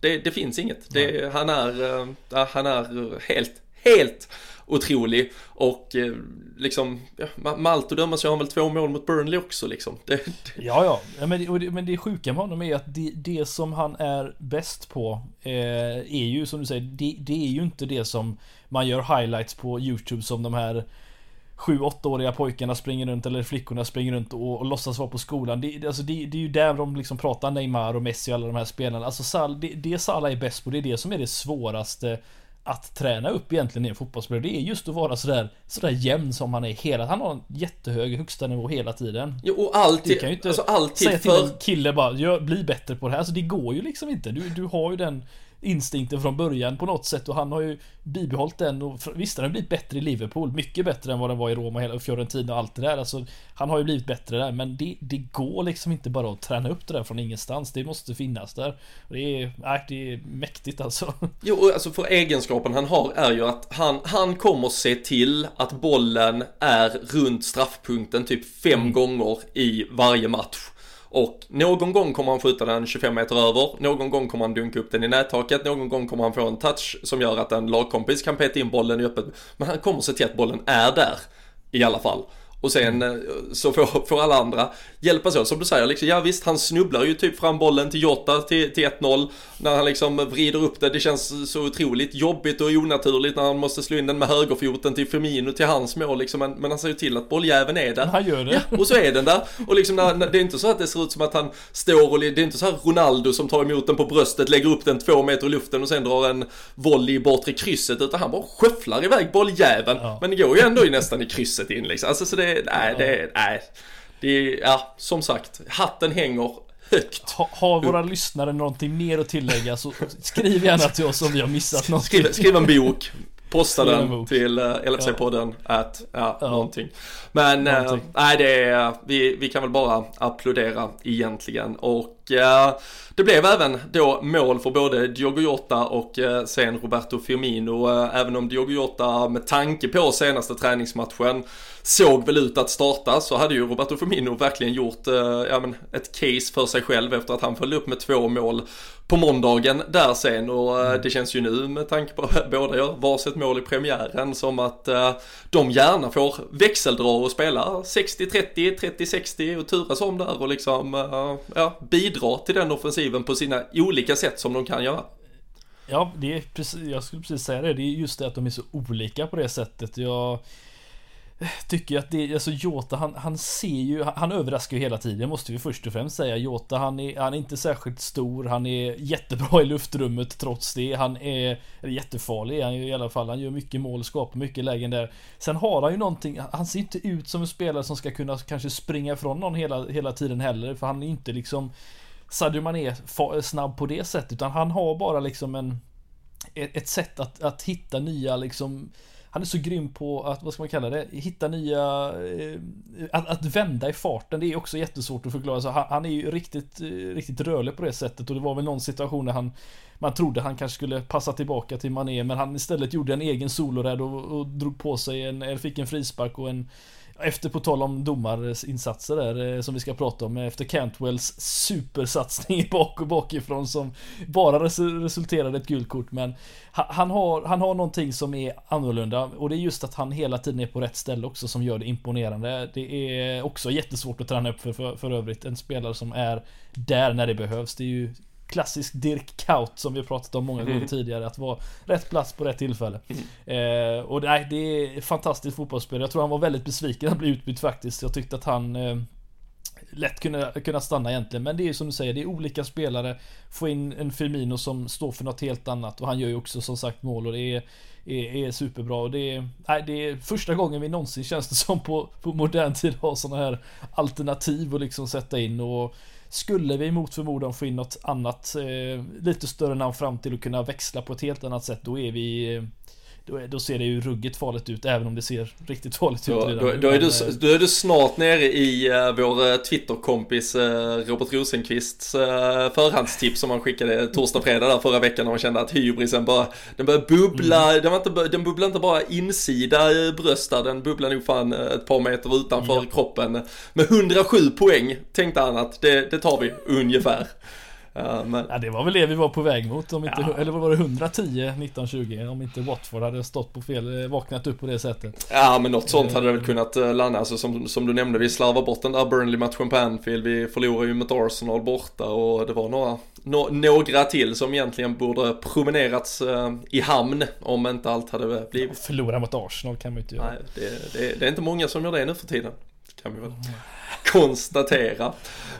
Det finns inget. Han är helt otrolig. Och liksom, Malto dömas, jag har väl 2 mål mot Burnley också liksom. Ja, men det sjuka med honom är att det som han är bäst på är ju, som du säger, det är ju inte det som man gör highlights på YouTube, som de här 7-8-åriga pojkarna springer runt, eller flickorna springer runt och låtsas vara på skolan. Det är ju där de liksom pratar Neymar och Messi och alla de här spelarna. Alltså det Salah är bäst på, det är det som är det svåraste att träna upp egentligen i en fotbollsspelare. Det är just att vara sådär jämn som han är han har en jättehög högsta nivå hela tiden. Jo, och alltid, kan ju inte alltid säga till en kille bara, bli bättre på det här. Alltså det går ju liksom inte. Du har ju den instinkten från början på något sätt, och han har ju bibehållit den, och visst han har blivit bättre i Liverpool, mycket bättre än vad den var i Roma, hela Fiorentina och allt det där. Alltså han har ju blivit bättre där, men det går liksom inte bara att träna upp det där från ingenstans. Det måste finnas där. Det är mäktigt alltså. Jo, alltså för egenskapen han har är ju att han kommer se till att bollen är runt straffpunkten typ 5 gånger i varje match. Och någon gång kommer han skjuta den 25 meter över, någon gång kommer han dunka upp den i nättaket, någon gång kommer han få en touch som gör att en lagkompis kan peta in bollen i öppet. Men han kommer se till att bollen är där i alla fall. Och sen så får alla andra hjälpas åt. Som du säger, liksom, ja visst, han snubblar ju typ fram bollen till Jota till 1-0. När han liksom vrider upp det. Det känns så otroligt jobbigt och onaturligt när han måste slå in den med högerfoten till Firmino till hans mål. Liksom. Men han ser ju till att bolljäveln är där. Han gör det. Ja, och så är den där. Och liksom, det är inte så att det ser ut som att han står och... Det är inte så här Ronaldo som tar emot den på bröstet, lägger upp den 2 meter i luften och sen drar en volley i bortre krysset. Utan han bara sköfflar iväg bolljäveln. Ja. Men det går ju ändå nästan i krysset in liksom. Alltså så det som sagt, hatten hänger högt. Har våra lyssnare någonting mer att tillägga, så skriv gärna till oss om vi har missat något. Skriv en bok, posta den till LFC-podden någonting. Men vi kan väl bara applådera egentligen. Och det blev även då mål för både Diogo Jota och sen Roberto Firmino. Även om Diogo Jota med tanke på senaste träningsmatchen såg väl ut att starta, så hade ju Roberto Firmino verkligen gjort ett case för sig själv efter att han följde upp med 2 mål på måndagen där sen. Och det känns ju nu, med tanke på att båda gör varsitt mål i premiären, som att de gärna får växeldra och spela 60-30, 30-60 och turas om där och liksom bidra till den offensiven på sina olika sätt som de kan göra. Ja, det är precis, jag skulle precis säga det. Det är just det att de är så olika på det sättet. Jag tycker att Jota, han överraskar ju hela tiden, måste vi först och främst säga. Jota, han är inte särskilt stor, han är jättebra i luftrummet trots det. Han är jättefarlig, han i alla fall. Han gör mycket mål, skapar mycket lägen där. Sen har han ju någonting, han ser inte ut som en spelare som ska kunna kanske springa från någon hela tiden heller, för han är inte liksom Sadio Mané snabb på det sättet, utan han har bara liksom ett sätt att hitta nya liksom. Han är så grym på att, vad ska man kalla det, hitta nya, att vända i farten. Det är också jättesvårt att förklara. Så han är ju riktigt rörlig på det sättet. Och det var väl någon situation där man trodde han kanske skulle passa tillbaka till Mané, men han istället gjorde en egen solorädd och drog på sig fick en frispark och efter, på tal om domarinsatser där som vi ska prata om, efter Cantwells supersatsning bakifrån som bara resulterade ett gult kort. Men han har någonting som är annorlunda, och det är just att han hela tiden är på rätt ställe också, som gör det imponerande. Det är också jättesvårt att träna upp för övrigt, en spelare som är där när det behövs. Det är ju klassisk Dirk Kuyt som vi har pratat om många gånger tidigare, att vara rätt plats på rätt tillfälle. Och det är fantastiskt fotbollsspel. Jag tror han var väldigt besviken att bli utbytt faktiskt. Jag tyckte att han lätt kunna stanna egentligen, men det är ju som du säger, det är olika spelare. Få in en Firmino som står för något helt annat, och han gör ju också som sagt mål, och det är superbra. Och det är första gången vi någonsin, känns det som, på modern tid har såna här alternativ att liksom sätta in. Och skulle vi mot förmodan få in något annat lite större namn fram till att kunna växla på ett helt annat sätt, då ser det ju ruggigt farligt ut, även om det ser riktigt farligt ut redan. Då är du snart nere i vår Twitter-kompis Robert Rosenqvists förhandstips som han skickade torsdag-fredag där förra veckan, när man kände att hybrisen den började bubbla. Den bubblar inte bara insida bröstar, den bubblar nog fan ett par meter utanför kroppen. Med 107 poäng tänkte han att det tar vi ungefär. Men... Ja, det var väl det vi var på väg mot, om inte, eller var det 110-1920 om inte Watford hade stått på fel, vaknat upp på det sättet. Ja, men något sånt hade det väl kunnat landa. Alltså, som du nämnde, vi slarvar bort den där Burnley-matchen på Anfield. Vi förlorar ju mot Arsenal borta och det var några till som egentligen borde promenerats i hamn om inte allt hade blivit. Förlora mot Arsenal kan man inte göra. Nej, det är inte många som gör det nu för tiden. Kan vi väl konstatera.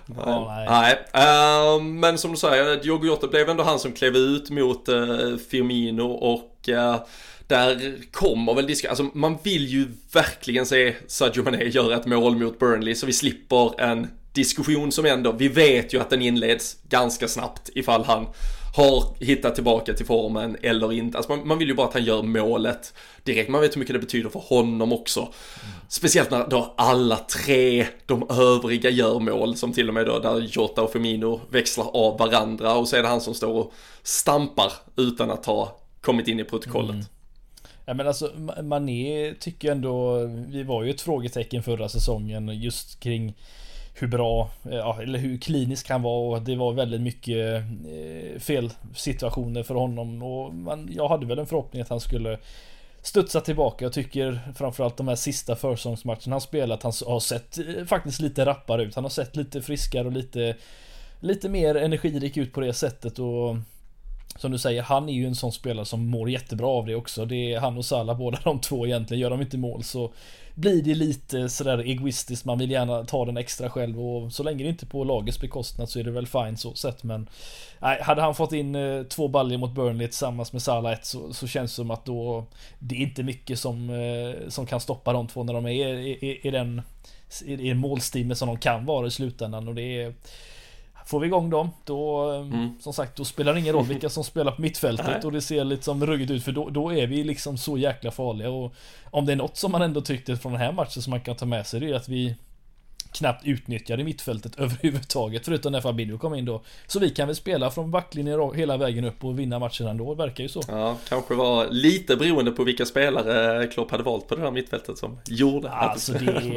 Men som du säger, Diogo Jota blev ändå han som klev ut mot Firmino och där kommer väl alltså man vill ju verkligen se Sadio Mané göra ett mål mot Burnley så vi slipper en diskussion som ändå, vi vet ju att den inleds ganska snabbt ifall han har hittat tillbaka till formen eller inte. Alltså man vill ju bara att han gör målet direkt. Man vet hur mycket det betyder för honom också. Speciellt när då alla tre de övriga gör mål, som till och med då där Jota och Firmino växlar av varandra och så är det han som står och stampar utan att ha kommit in i protokollet. Ja, men alltså Mané tycker jag ändå, vi var ju ett frågetecken förra säsongen just kring hur bra, eller hur klinisk han var, och det var väldigt mycket fel situationer för honom, och jag hade väl en förhoppning att han skulle studsa tillbaka. Jag tycker framförallt de här sista försäsongsmatcherna han spelat, han har sett faktiskt lite rappare ut, han har sett lite friskare och lite mer energirik ut på det sättet, och som du säger, han är ju en sån spelare som mår jättebra av det också. Det är han och Salah, båda de två egentligen. Gör de inte mål så blir det lite sådär egoistiskt. Man vill gärna ta den extra själv, och så länge det inte på lagets bekostnad så är det väl fine så sett. Men nej, hade han fått in 2 baljor mot Burnley tillsammans med Salah 1 så känns det som att då det är inte mycket som kan stoppa de två när de är i den målstimme som de kan vara i slutändan. Och det är, får vi igång dem då, som sagt, då spelar det ingen roll vilka som spelar på mittfältet och det ser lite som ruggigt ut, för då är vi liksom så jäkla farliga. Och om det är något som man ändå tyckte från den här matchen som man kan ta med sig, det är att vi knappt utnyttjade mittfältet överhuvudtaget, förutom när Fabinho kom in då. Så vi kan väl spela från backlinjen hela vägen upp och vinna matchen ändå, verkar ju så. Ja, kanske var lite beroende på vilka spelare Klopp hade valt på det här mittfältet som gjorde. Alltså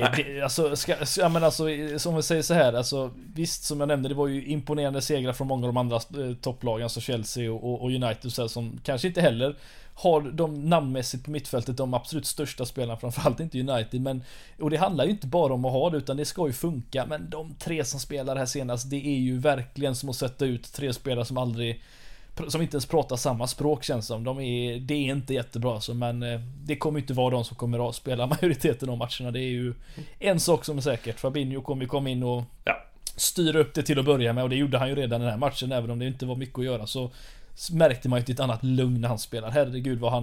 som vi säger så här, alltså visst, som jag nämnde, det var ju imponerande segrar från många av de andra topplagen, alltså Chelsea och United så här, som kanske inte heller har de namnmässigt på mittfältet de absolut största spelarna, framförallt inte United, men, och det handlar ju inte bara om att ha det, utan det ska ju funka. Men de 3 som spelar här senast, det är ju verkligen som att sätta ut 3 spelare som inte ens pratar samma språk, känns som. Det är inte jättebra alltså, men det kommer inte vara de som kommer att spela majoriteten av matcherna. Det är ju en sak som är säkert, Fabinho kommer komma in och styra upp det till att börja med, och det gjorde han ju redan den här matchen, även om det inte var mycket att göra, så märkte man ju ett annat lugn när han spelar. Herregud vad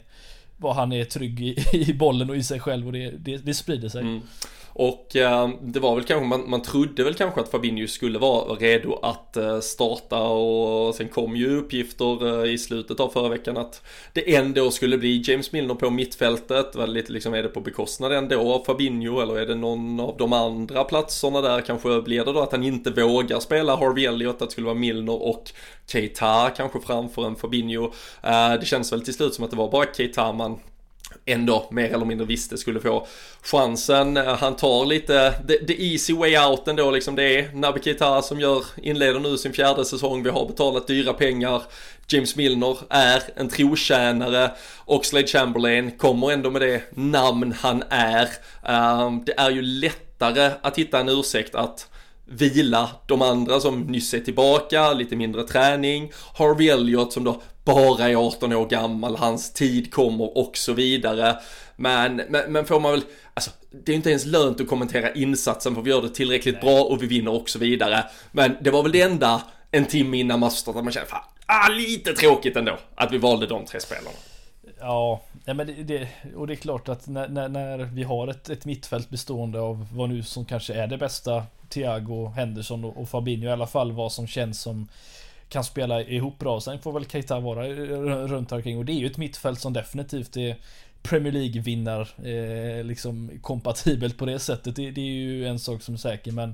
han är trygg i bollen och i sig själv, och det sprider sig. Och det var väl kanske, man trodde väl kanske att Fabinho skulle vara redo att starta, och sen kom ju uppgifter i slutet av förra veckan att det ändå skulle bli James Milner på mittfältet. Var det lite liksom, är det på bekostnad ändå av Fabinho, eller är det någon av de andra platserna där? Kanske blir det då att han inte vågar spela Harvey Elliott, att det skulle vara Milner och Keita kanske framför en Fabinho. Det känns väl till slut som att det var bara Keita man ändå mer eller mindre visste skulle få chansen. Han tar lite the easy way out ändå, liksom. Det är Naby Keita som inleder nu sin 4:e säsong. Vi har betalat dyra pengar. James Milner är en trotjänare. Oxlade-Chamberlain kommer ändå med det namn han är. Det är ju lättare att hitta en ursäkt att vila de andra som nyss är tillbaka, lite mindre träning. Harvey Elliott som då bara är 18 år gammal, hans tid kommer och så vidare. Men får man väl, alltså, det är inte ens lönt att kommentera insatsen, för vi gör det tillräckligt bra och vi vinner och så vidare. Men det var väl det enda en timme innan matchen att man kände lite tråkigt ändå att vi valde de 3 spelarna. Ja, men det är klart att när vi har ett mittfält bestående av vad nu som kanske är det bästa, Thiago, Henderson och Fabinho, i alla fall vad som känns som kan spela ihop bra. Sen får väl Keita vara runt omkring, och det är ju ett mittfält som definitivt är Premier League-vinnar kompatibelt på det sättet. Det är ju en sak som är säker, men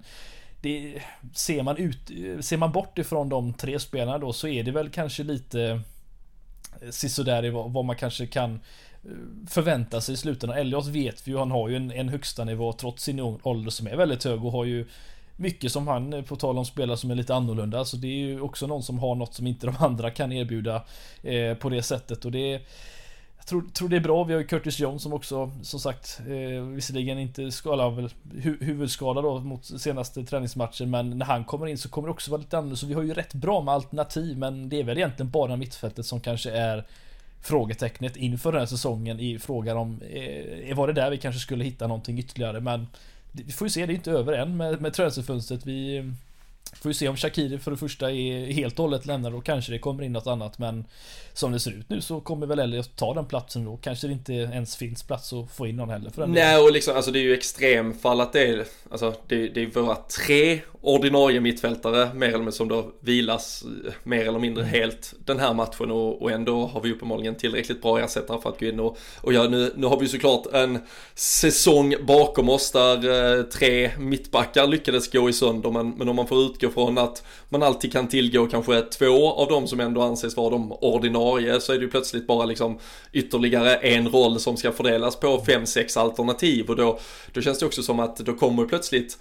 ser man bort ifrån de 3 spelarna då, så är det väl kanske lite sisådär i vad man kanske kan förvänta sig i slutändan. Elliot vet vi ju, han har ju en högsta nivå trots sin ålder som är väldigt hög, och har ju mycket som han, på tal om spelare som är lite annorlunda, så det är ju också någon som har något som inte de andra kan erbjuda på det sättet, och det jag tror det är bra. Vi har ju Curtis Jones som också, som sagt, visserligen inte skadad, huvudskada då mot senaste träningsmatchen, men när han kommer in så kommer det också vara lite annorlunda, så vi har ju rätt bra med alternativ, men det är väl egentligen bara mittfältet som kanske är frågetecknet inför den här säsongen, i frågan om var det där vi kanske skulle hitta någonting ytterligare, men vi får ju se, det är inte över än med transferfönstret. Vi får ju se om Shaqiri för det första är helt och hållet lämnar, och kanske det kommer in något annat, men som det ser ut nu så kommer väl Elliot ta den platsen då. Kanske det inte ens finns plats att få in någon heller för den. Nej, och liksom, alltså det är ju extremfall att det är, alltså det är våra 3 ordinarie mittfältare mer eller mindre som då vilas mer eller mindre helt den här matchen, och ändå har vi uppenbarligen tillräckligt bra ersättare för att gå in och ja, nu har vi såklart en säsong bakom oss där 3 mittbackar lyckades gå i sönder, men om man får utgå från att man alltid kan tillgå kanske 2 av dem som ändå anses vara de ordinarie, så är det ju plötsligt bara liksom ytterligare en roll som ska fördelas på 5-6 alternativ, och då känns det också som att då kommer plötsligt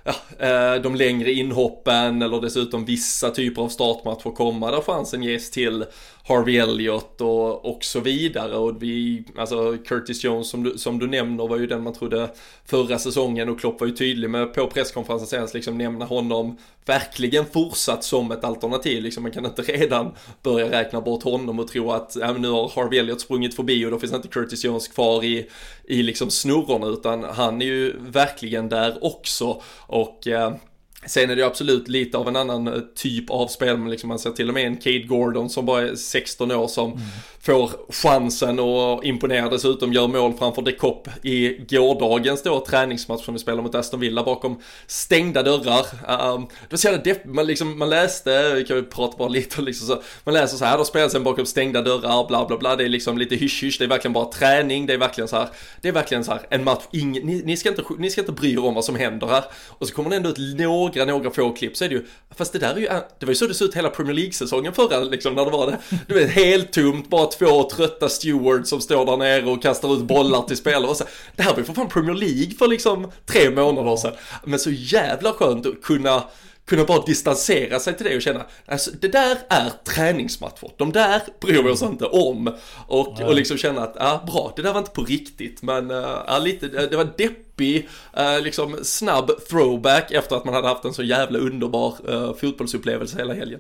de längre inhoppen eller dessutom vissa typer av startmatcher komma där chansen ges till Harvey Elliott och så vidare. Och alltså Curtis Jones som du nämner var ju den man trodde förra säsongen, och Klopp var ju tydlig med på presskonferensen senast liksom nämna honom verkligen fortsatt som ett alternativ. Liksom man kan inte redan börja räkna bort honom och tro att nu har Harvey Elliott sprungit förbi och då finns inte Curtis Jones kvar i liksom snurrorna, utan han är ju verkligen där också. Och sen är det absolut lite av en annan typ av spel, men liksom man ser till och med en Cade Gordon som bara är 16 år som får chansen och imponerar, dessutom gör mål framför De Kopp i gårdagens då träningsmatch som vi spelar mot Aston Villa bakom stängda dörrar. Då ser det man läste, vi kan ju prata bara lite liksom så, man läser så här, då spelar sen bakom stängda dörrar, bla bla bla, det är liksom lite hysch, det är verkligen bara träning, det är verkligen så här en match, ni ska inte bry er om vad som händer här, och så kommer det ändå ut några få klipp, så är det ju, fast det var ju så det såg ut hela Premier League-säsongen förra liksom, när det var det. Du vet, helt tomt, bara 2 trötta stewards som står där nere och kastar ut bollar till spelare. Och så, det här var ju för fan Premier League för liksom 3 månader sedan. Men så jävla skönt att kunna bara distansera sig till det och känna, alltså det där är träningsmatcher, de där bryr vi oss inte om, och liksom känna att bra, det där var inte på riktigt, men lite, det var deppig liksom snabb throwback efter att man hade haft en så jävla underbar fotbollsupplevelse hela helgen.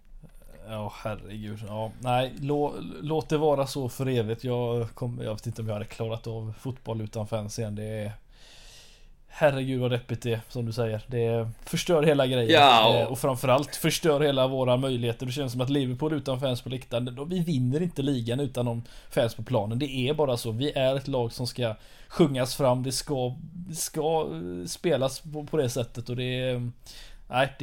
Ja, herregud. Ja, nej, låt det vara så för evigt. Jag vet inte om jag hade klarat av fotboll utan fans igen. Det är, herregud vad deppigt det är, som du säger. Det förstör hela grejen. Ja, och framförallt förstör hela våra möjligheter. Det känns som att Liverpool utan fans på läktaren, vi vinner inte ligan utan de fans på planen. Det är bara så. Vi är ett lag som ska sjungas fram. Det ska spelas på det sättet, och det är... Nej,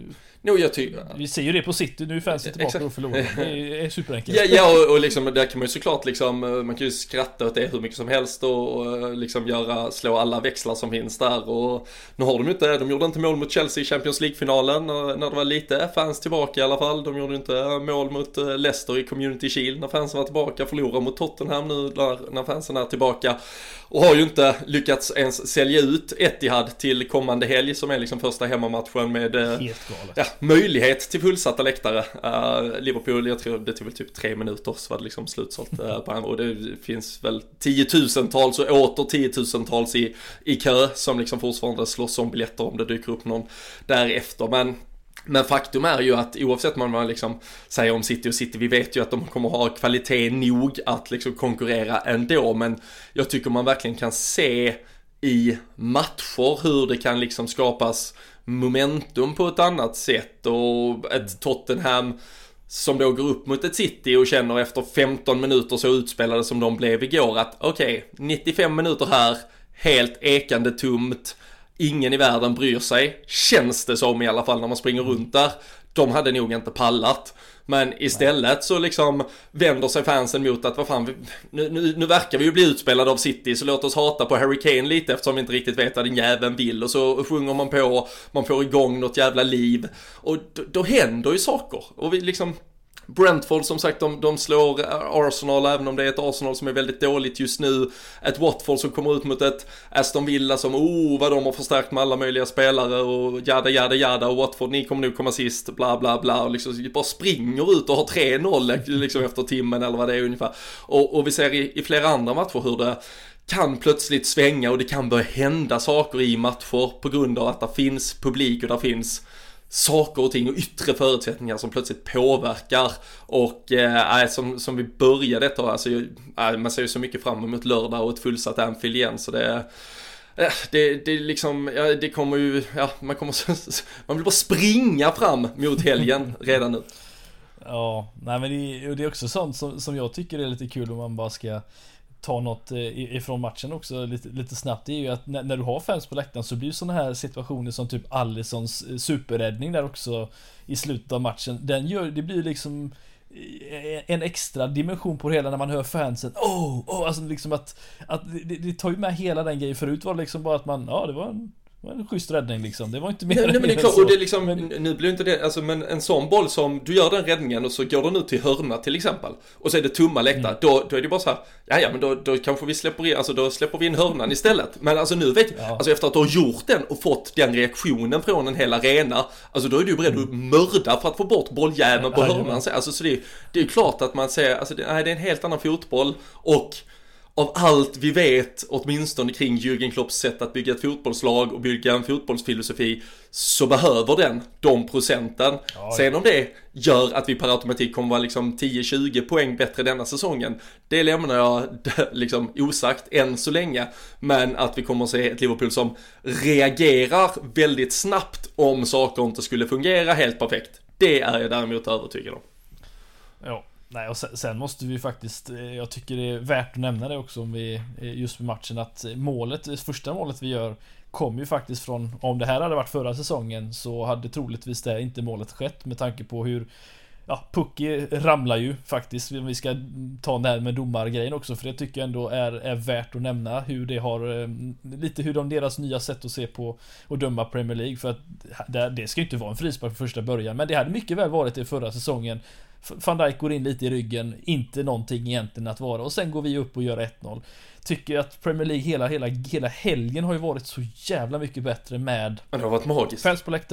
vi ser ju det på City. Nu är fansen tillbaka och förlorar. Det är superenkelt. Ja, och liksom, där kan man ju såklart liksom, man kan ju skratta åt det hur mycket som helst och liksom slå alla växlar som finns där. Och nu har de gjorde inte mål mot Chelsea i Champions League-finalen när det var lite fans tillbaka i alla fall. De gjorde inte mål mot Leicester i Community Shield när fansen var tillbaka. Förlorade mot Tottenham nu när fansen är tillbaka. Och har ju inte lyckats ens sälja ut Etihad till kommande helg, som är liksom första hemmamatchen med möjlighet till fullsatta läktare. Liverpool, jag tror det tog väl typ 3 minuter så var det liksom slutsålt på andra, och det finns väl 10-tusentals och åter 10-tusentals i kö som liksom fortfarande slåss om biljetter om det dyker upp någon därefter. Men faktum är ju att oavsett vad man liksom säger om City, vi vet ju att de kommer ha kvalitet nog att liksom konkurrera ändå, men jag tycker man verkligen kan se i matcher hur det kan liksom skapas momentum på ett annat sätt, och ett Tottenham som då går upp mot ett City och känner efter 15 minuter så utspelade som de blev igår att okej, 95 minuter här, helt ekande tomt, ingen i världen bryr sig, känns det som i alla fall när man springer runt där. De hade nog inte pallat. Men istället så liksom vänder sig fansen mot att vad fan, nu verkar vi ju bli utspelade av City, så låt oss hata på Harry Kane lite eftersom vi inte riktigt vet vad den jäveln vill, och så sjunger man på, man får igång något jävla liv, och då händer ju saker, och vi liksom Brentford som sagt, de slår Arsenal, även om det är ett Arsenal som är väldigt dåligt just nu. Ett Watford som kommer ut mot ett Aston Villa som, vad de har förstärkt med alla möjliga spelare och jada, och Watford, ni kommer nu komma sist, bla bla bla, och liksom bara springer ut och har 3-0 liksom efter timmen eller vad det är ungefär. Och vi ser i flera andra matcher hur det kan plötsligt svänga och det kan börja hända saker i matcher på grund av att det finns publik och det finns saker och ting och yttre förutsättningar som plötsligt påverkar. Och som vi började detta, alltså, man ser ju så mycket fram emot lördag och ett fullsatt Anfield igen, så det liksom, det kommer ju, man vill bara springa fram mot helgen redan nu. Ja, nej men det är också sånt som jag tycker är lite kul om man bara ska ta något ifrån matchen också lite snabbt. Det är ju att när du har fans på läktaren så blir ju sådana här situationer som typ Alissons superräddning där också i slutet av matchen. Det blir liksom en extra dimension på det hela när man hör fansen. Alltså liksom att det tar ju med hela den grejen. Förut var det liksom bara att det var en schysst räddning liksom. Det var inte mer. Nej men det är klart, och det är liksom, nu blir inte det, alltså, men en sån boll som du gör den räddningen och så går den ut till hörna till exempel, och så är det tomma läktare, då är det bara så här, men då kanske vi släpper vi in hörnan istället. Men alltså nu alltså efter att du har gjort den och fått den reaktionen från en hel arena, alltså då är du beredd att mörda för att få bort bolljäveln på hörnan. Alltså så det är ju klart att man säger, alltså det är en helt annan fotboll, och av allt vi vet åtminstone kring Jürgen Klopps sätt att bygga ett fotbollslag och bygga en fotbollsfilosofi, så behöver de procenten. Sen om det gör att vi per automatik kommer vara liksom 10-20 poäng bättre denna säsongen, det lämnar jag liksom osagt än så länge. Men att vi kommer att se ett Liverpool som reagerar väldigt snabbt om saker inte skulle fungera helt perfekt, det är jag däremot övertygad om. Ja. Nej, och sen måste vi faktiskt, jag tycker det är värt att nämna det också, om vi just med matchen, att första målet vi gör kom ju faktiskt från, om det här hade varit förra säsongen så hade troligtvis det inte målet skett, med tanke på hur Pucky ramlar ju faktiskt. Vi ska ta det här med domargrejen också, för det tycker jag ändå är värt att nämna, hur det har lite hur deras nya sätt att se på och döma Premier League, för att det ska ju inte vara en frispark för första början, men det hade mycket väl varit det förra säsongen. Van Dijk går in lite i ryggen, inte någonting egentligen att vara, och sen går vi upp och gör 1-0. Tycker att Premier League hela helgen har ju varit så jävla mycket bättre med, men det har varit magiskt.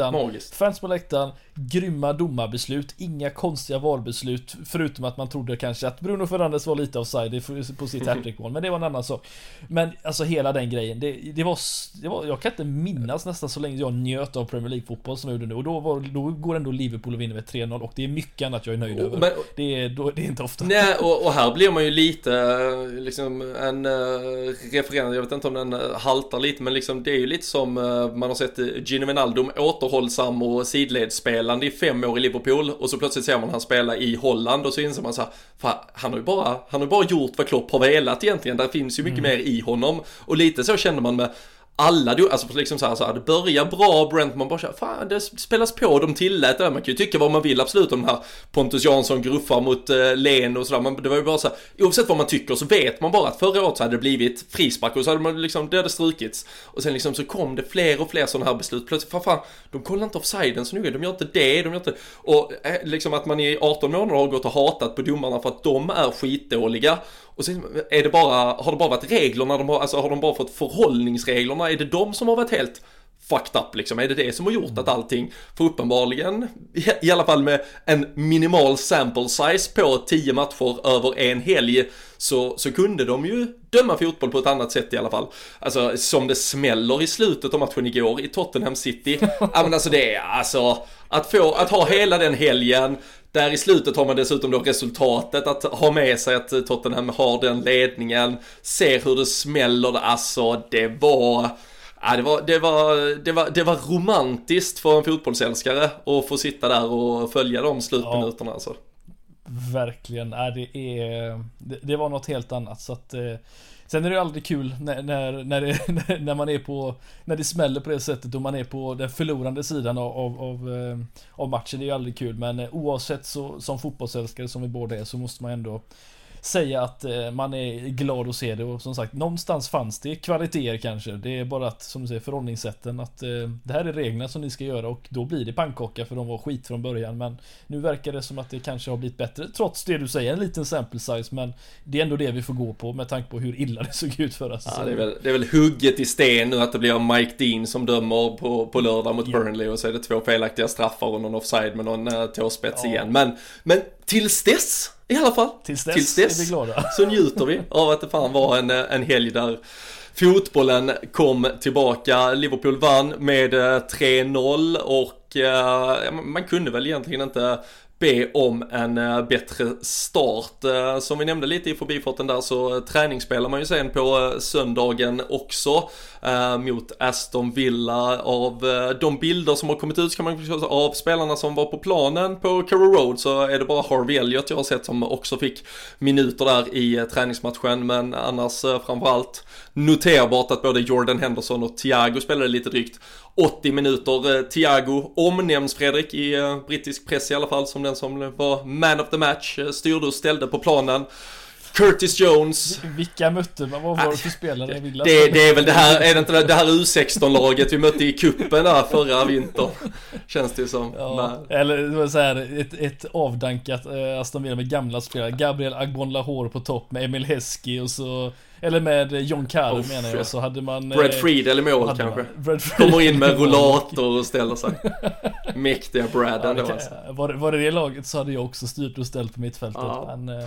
Fans på läktaren, grymma domarbeslut, inga konstiga valbeslut, förutom att man trodde kanske att Bruno Fernandes var lite offside på sitt hattrickmål, men det var en annan sak. Men alltså hela den grejen, det var jag kan inte minnas nästan så länge jag njöt av Premier League fotboll som jag gjorde nu, och då går ändå Liverpool och vinner med 3-0, och det är mycket annat jag är nöjd över. Men, det är inte ofta. Nej, och här blir man ju lite liksom en refererande, jag vet inte om den haltar lite, men liksom det är ju lite som man har sett Gini Wijnaldum återhållsam och sidledsspelande i 5 år i Liverpool, och så plötsligt ser man han spela i Holland, och så inser man så här, han har ju bara gjort vad Klopp har velat egentligen. Där finns ju mycket mer i honom, och lite så känner man med alla, alltså liksom så här, det börjar bra, Brent, man bara så här, det spelas på, de tillät det. Man kan ju tycka vad man vill absolut om den här Pontus Jansson gruffar mot Len och sådär, men det var ju bara så här, oavsett vad man tycker så vet man bara att förra året så hade det blivit frispark, och så hade man liksom, det hade strukits, och sen liksom så kom det fler och fler sådana här beslut. Plötsligt, fan, de kollar inte offsiden så nu, de gör inte det, och liksom att man i 18 månader har gått och hatat på domarna för att de är skitdåliga. Och sen har det bara varit reglerna, har de bara fått förhållningsreglerna, är det de som har varit helt fucked up liksom? Är det som har gjort att allting, för uppenbarligen i alla fall med en minimal sample size på 10 matcher över en helg, så kunde de ju döma fotboll på ett annat sätt i alla fall. Alltså som det smäller i slutet av matchen igår i Tottenham City. Men alltså det är alltså att ha hela den helgen. Där i slutet har man dessutom då resultatet att ha med sig, att Tottenham har den ledningen, ser hur det smäller. Alltså det var romantiskt för en fotbollsälskare att få sitta där och följa de slutminuterna. Alltså. Verkligen, det var något helt annat, så att sen är det aldrig kul när man är på, när det smäller på det sättet och man är på den förlorande sidan av matchen. Det är ju aldrig kul, men oavsett så, som fotbollsälskare som vi båda är, så måste man ändå säga att man är glad att se det. Och som sagt, någonstans fanns det kvaliteter kanske. Det är bara att, som du säger, förhållningssätten, att det här är reglerna som ni ska göra, och då blir det pannkaka för de var skit från början. Men nu verkar det som att det kanske har blivit bättre, trots det du säger, en liten sample size. Men det är ändå det vi får gå på med tanke på hur illa det såg ut förra säsongen. Ja, det är väl hugget i sten nu att det blir Mike Dean som dömer på lördag mot Burnley, och så är det 2 felaktiga straffar och någon offside med någon tåspets igen. Men tills dess i alla fall, tills dess är vi glada. Så njuter vi av att det fan var en helg där fotbollen kom tillbaka. Liverpool vann med 3-0 och man kunde väl egentligen inte be om en bättre start. Som vi nämnde lite i förbifarten där, så träningsspelar man ju sen på söndagen också mot Aston Villa. Av de bilder som har kommit ut, ska man förstå, av spelarna som var på planen på Carrow Road, så är det bara Harvey Elliott jag har sett som också fick minuter där i träningsmatchen. Men annars framförallt noterbart att både Jordan Henderson och Thiago spelade lite drygt 80 minuter. Thiago omnämns, Fredrik, i brittisk press i alla fall som den som var man of the match, styrde och ställde på planen. Curtis Jones. Vilka mötte man? Vad var det för spelare i Villa? Det är väl det här, är det inte det här U16-laget vi mötte i kuppen där förra vintern, känns det som. Ja, eller så här, ett avdankat Aston Villa med gamla spelare. Gabriel Agbonlahor på topp med Emil Heskey, och så, eller med John Carr menar jag, så hade man Brad Fried eller mål kanske. Kommer in med rollator och ställer sig. Mäktiga Brad ändå. Var det laget så hade jag också styrt och ställt på mittfältet. Ja. Men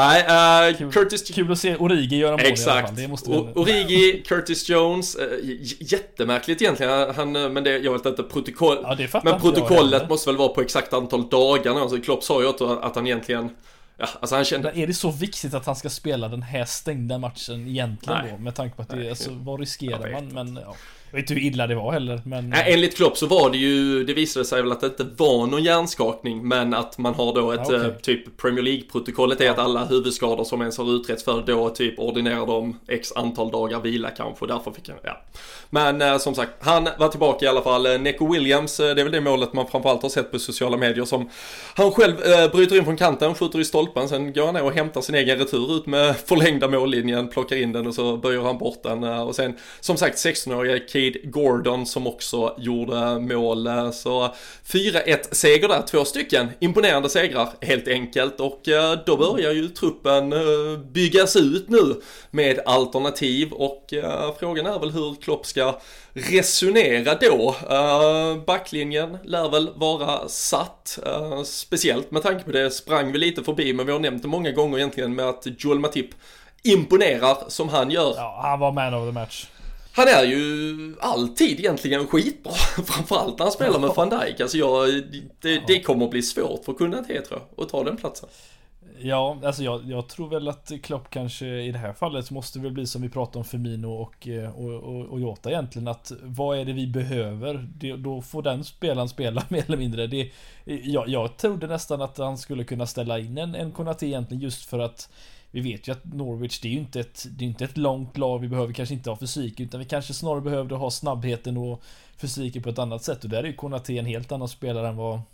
kul att se Origi göra mål. Exakt. I alla fall. Det måste Origi, Curtis Jones, jättemärkligt egentligen. Men det, jag vet inte, protokoll. Ja, men protokollet måste väl vara på exakt antal dagar. Alltså, Klopp sa ju att han egentligen, ja, alltså han kände... Är det så viktigt att han ska spela den här stängda matchen egentligen? Nej. Då? Med tanke på att det, alltså, vad riskerar man? Men ja, jag vet inte hur illa det var heller, men... Enligt Klopp så var det ju, det visade sig väl att det inte var någon hjärnskakning, men att man har då ett typ Premier League-protokollet är att alla huvudskador som ens har utretts för då typ ordinerar de x antal dagar vila kanske, och därför fick han, ja. Men som sagt, han var tillbaka i alla fall. Neco Williams, det är väl det målet man framförallt har sett på sociala medier, som han själv bryter in från kanten, skjuter i stolpen, sen går han ner och hämtar sin egen retur ut med förlängda mållinjen, plockar in den och så böjer han bort den, och sen som sagt 16-åriga Cade Gordon som också gjorde mål. Så 4-1 seger där, 2 stycken imponerande segrar helt enkelt, och då börjar ju truppen byggas ut nu med alternativ, och frågan är väl hur Klopp ska resonera då. Backlinjen lär väl vara satt, speciellt med tanke på det sprang vi lite förbi, men vi har nämnt det många gånger egentligen med att Joel Matip imponerar som han gör. Ja, han var man of the match. Han är ju alltid egentligen skitbra, framförallt när han spelar med Van Dijk. Alltså det kommer att bli svårt för Kunate, tror jag, att ta den platsen. Ja, alltså jag tror väl att Klopp kanske i det här fallet måste väl bli som vi pratade om Firmino och Jota egentligen, att vad är det vi behöver? Då får den spelaren spela mer eller mindre. Jag trodde nästan att han skulle kunna ställa in en Konate egentligen, just för att vi vet ju att Norwich, det är ju inte ett långt lag, vi behöver kanske inte ha fysik, utan vi kanske snarare behövde ha snabbheten och fysiken på ett annat sätt, och där är ju Konate en helt annan spelare än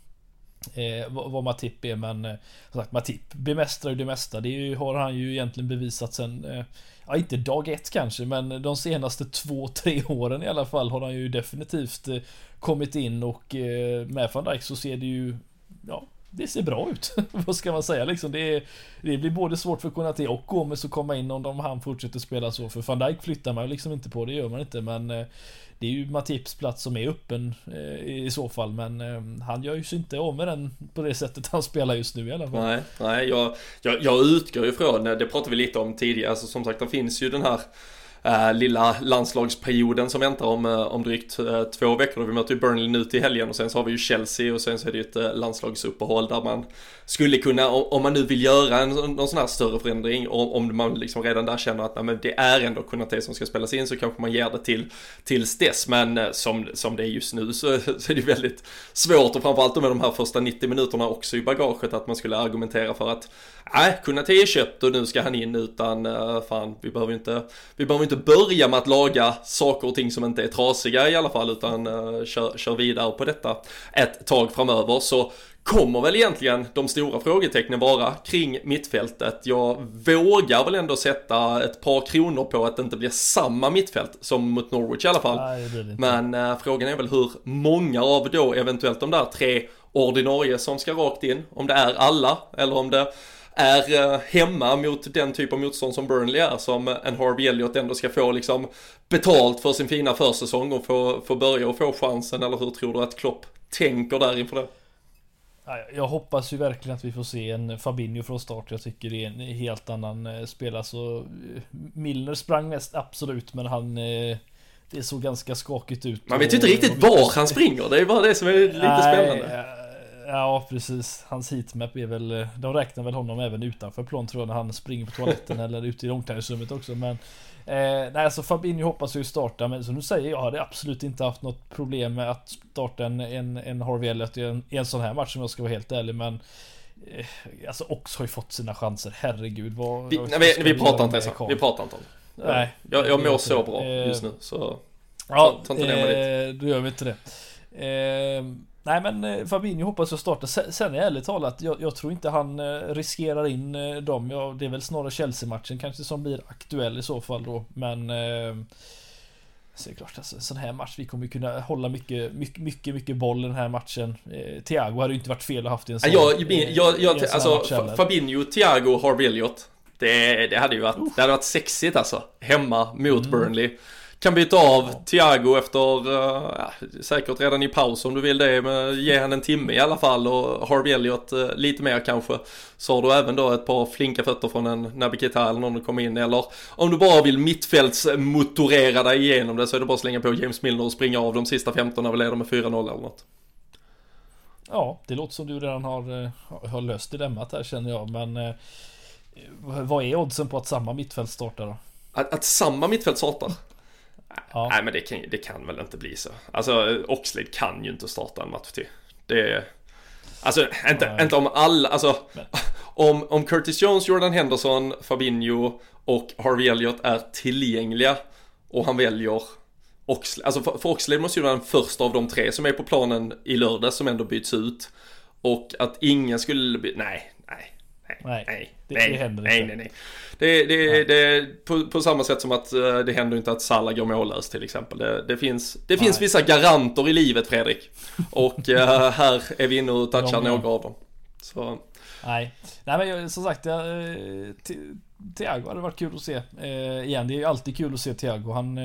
vad Matip är. Men som sagt, Matip bemästrar ju det mesta. Det har han ju egentligen bevisat sen, ja, inte dag 1 kanske, men de senaste 2-3 åren i alla fall har han ju definitivt kommit in, och med Van Dijk så ser det ju, ja, det ser bra ut. Vad ska man säga liksom? Det blir både svårt för Konate och Gomes att komma in om han fortsätter spela så, för Van Dijk flyttar man liksom inte på, det gör man inte, men det är ju Matips plats som är öppen i så fall, men han gör ju inte av med den på det sättet han spelar just nu i alla fall. Nej, jag utgår ifrån, det pratade vi lite om tidigare, alltså som sagt, det finns ju den här lilla landslagsperioden som väntar om drygt 2 veckor. Vi möter ju Burnley nu till helgen, och sen så har vi ju Chelsea, och sen så är det ju ett landslagsuppehåll där man skulle kunna, om man nu vill göra någon sån här större förändring, om man liksom redan där känner att men det är ändå Konate som ska spelas in, så kanske man ger det tills dess. Men som det är just nu så är det väldigt svårt, och framförallt med de här första 90 minuterna också i bagaget, att man skulle argumentera för att Konate är köpt och nu ska han in, utan fan, vi behöver inte börja med att laga saker och ting som inte är trasiga i alla fall, utan kör vidare på detta ett tag framöver. Så kommer väl egentligen de stora frågetecknen vara kring mittfältet. Jag vågar väl ändå sätta ett par kronor på att det inte blir samma mittfält som mot Norwich i alla fall. Nej, men frågan är väl hur många av då eventuellt de där 3 ordinarie som ska rakt in. Om det är alla eller om det är hemma mot den typ av motstånd som Burnley är, som en Harvey Elliott ändå ska få liksom betalt för sin fina försäsong och få börja och få chansen. Eller hur tror du att Klopp tänker där inför det? Jag hoppas ju verkligen att vi får se en Fabinho från start. Jag tycker det är en helt annan spelare. Så Milner sprang mest, absolut, men det såg ganska skakigt ut. Man vet ju inte riktigt var han springer. Det är bara det som är lite spännande. Ja, precis. Hans heatmap är väl, de räknar väl honom även utanför plan, tror jag, när han springer på toaletten eller ute i omklädningsrummet också. Men nej, alltså Fabinho hoppas ju starta, men som du säger, jag hade absolut inte haft något problem med att starta en Harvey Elliott i en sån här match, om jag ska vara helt ärlig. Men alltså också har ju fått sina chanser. Herregud, vi pratar inte så. Vi pratar inte om det. Nej, jag mår så bra just nu, så ja, ta inte ner mig dit. Då gör vi inte det. Nej, men Fabinho hoppas jag starta. Sen är ärligt talat, jag tror inte han riskerar in dem. Det är väl snarare Chelsea-matchen kanske som blir aktuell i så fall då. Men så är det klart, alltså, en sån här match, vi kommer kunna hålla mycket boll i den här matchen. Thiago hade ju inte varit fel att haft en sån. Alltså Fabinho, Thiago, Harvey Elliott, det hade ju varit sexigt alltså. Hemma mot Burnley. Kan byta av Thiago efter säkert redan i paus om du vill det, men ge han en timme i alla fall, och Harvey Elliott lite mer kanske. Så har du även då ett par flinka fötter från en Naby Keita eller någon du kommer in, eller om du bara vill mittfältsmotorera dig igenom det, så är det bara att slänga på James Milner och springa av de sista 15 när vi leder med 4-0 eller något. Ja, det låter som du redan har löst dilemmat här, känner jag. Men vad är oddsen på att samma mittfält startar då? Att samma mittfält startar? Ja. Nej, men det kan väl inte bli så. Alltså Oxlade kan ju inte starta en match till. Det alltså inte om alla, alltså om Curtis Jones, Jordan Henderson, Fabinho och Harvey Elliott är tillgängliga och han väljer Oxlade. Alltså för Oxlade måste ju vara den första av de 3 som är på planen i lördag som ändå byts ut, och att ingen skulle nej. Det händer inte. Nej. Det på samma sätt som att det händer inte att Salah går mållös till exempel. Det finns vissa garanter i livet, Fredrik. Och här är vi inne och touchar några av dem. Så. Nej, men som sagt, Thiago hade varit kul att se igen. Det är ju alltid kul att se Thiago. Han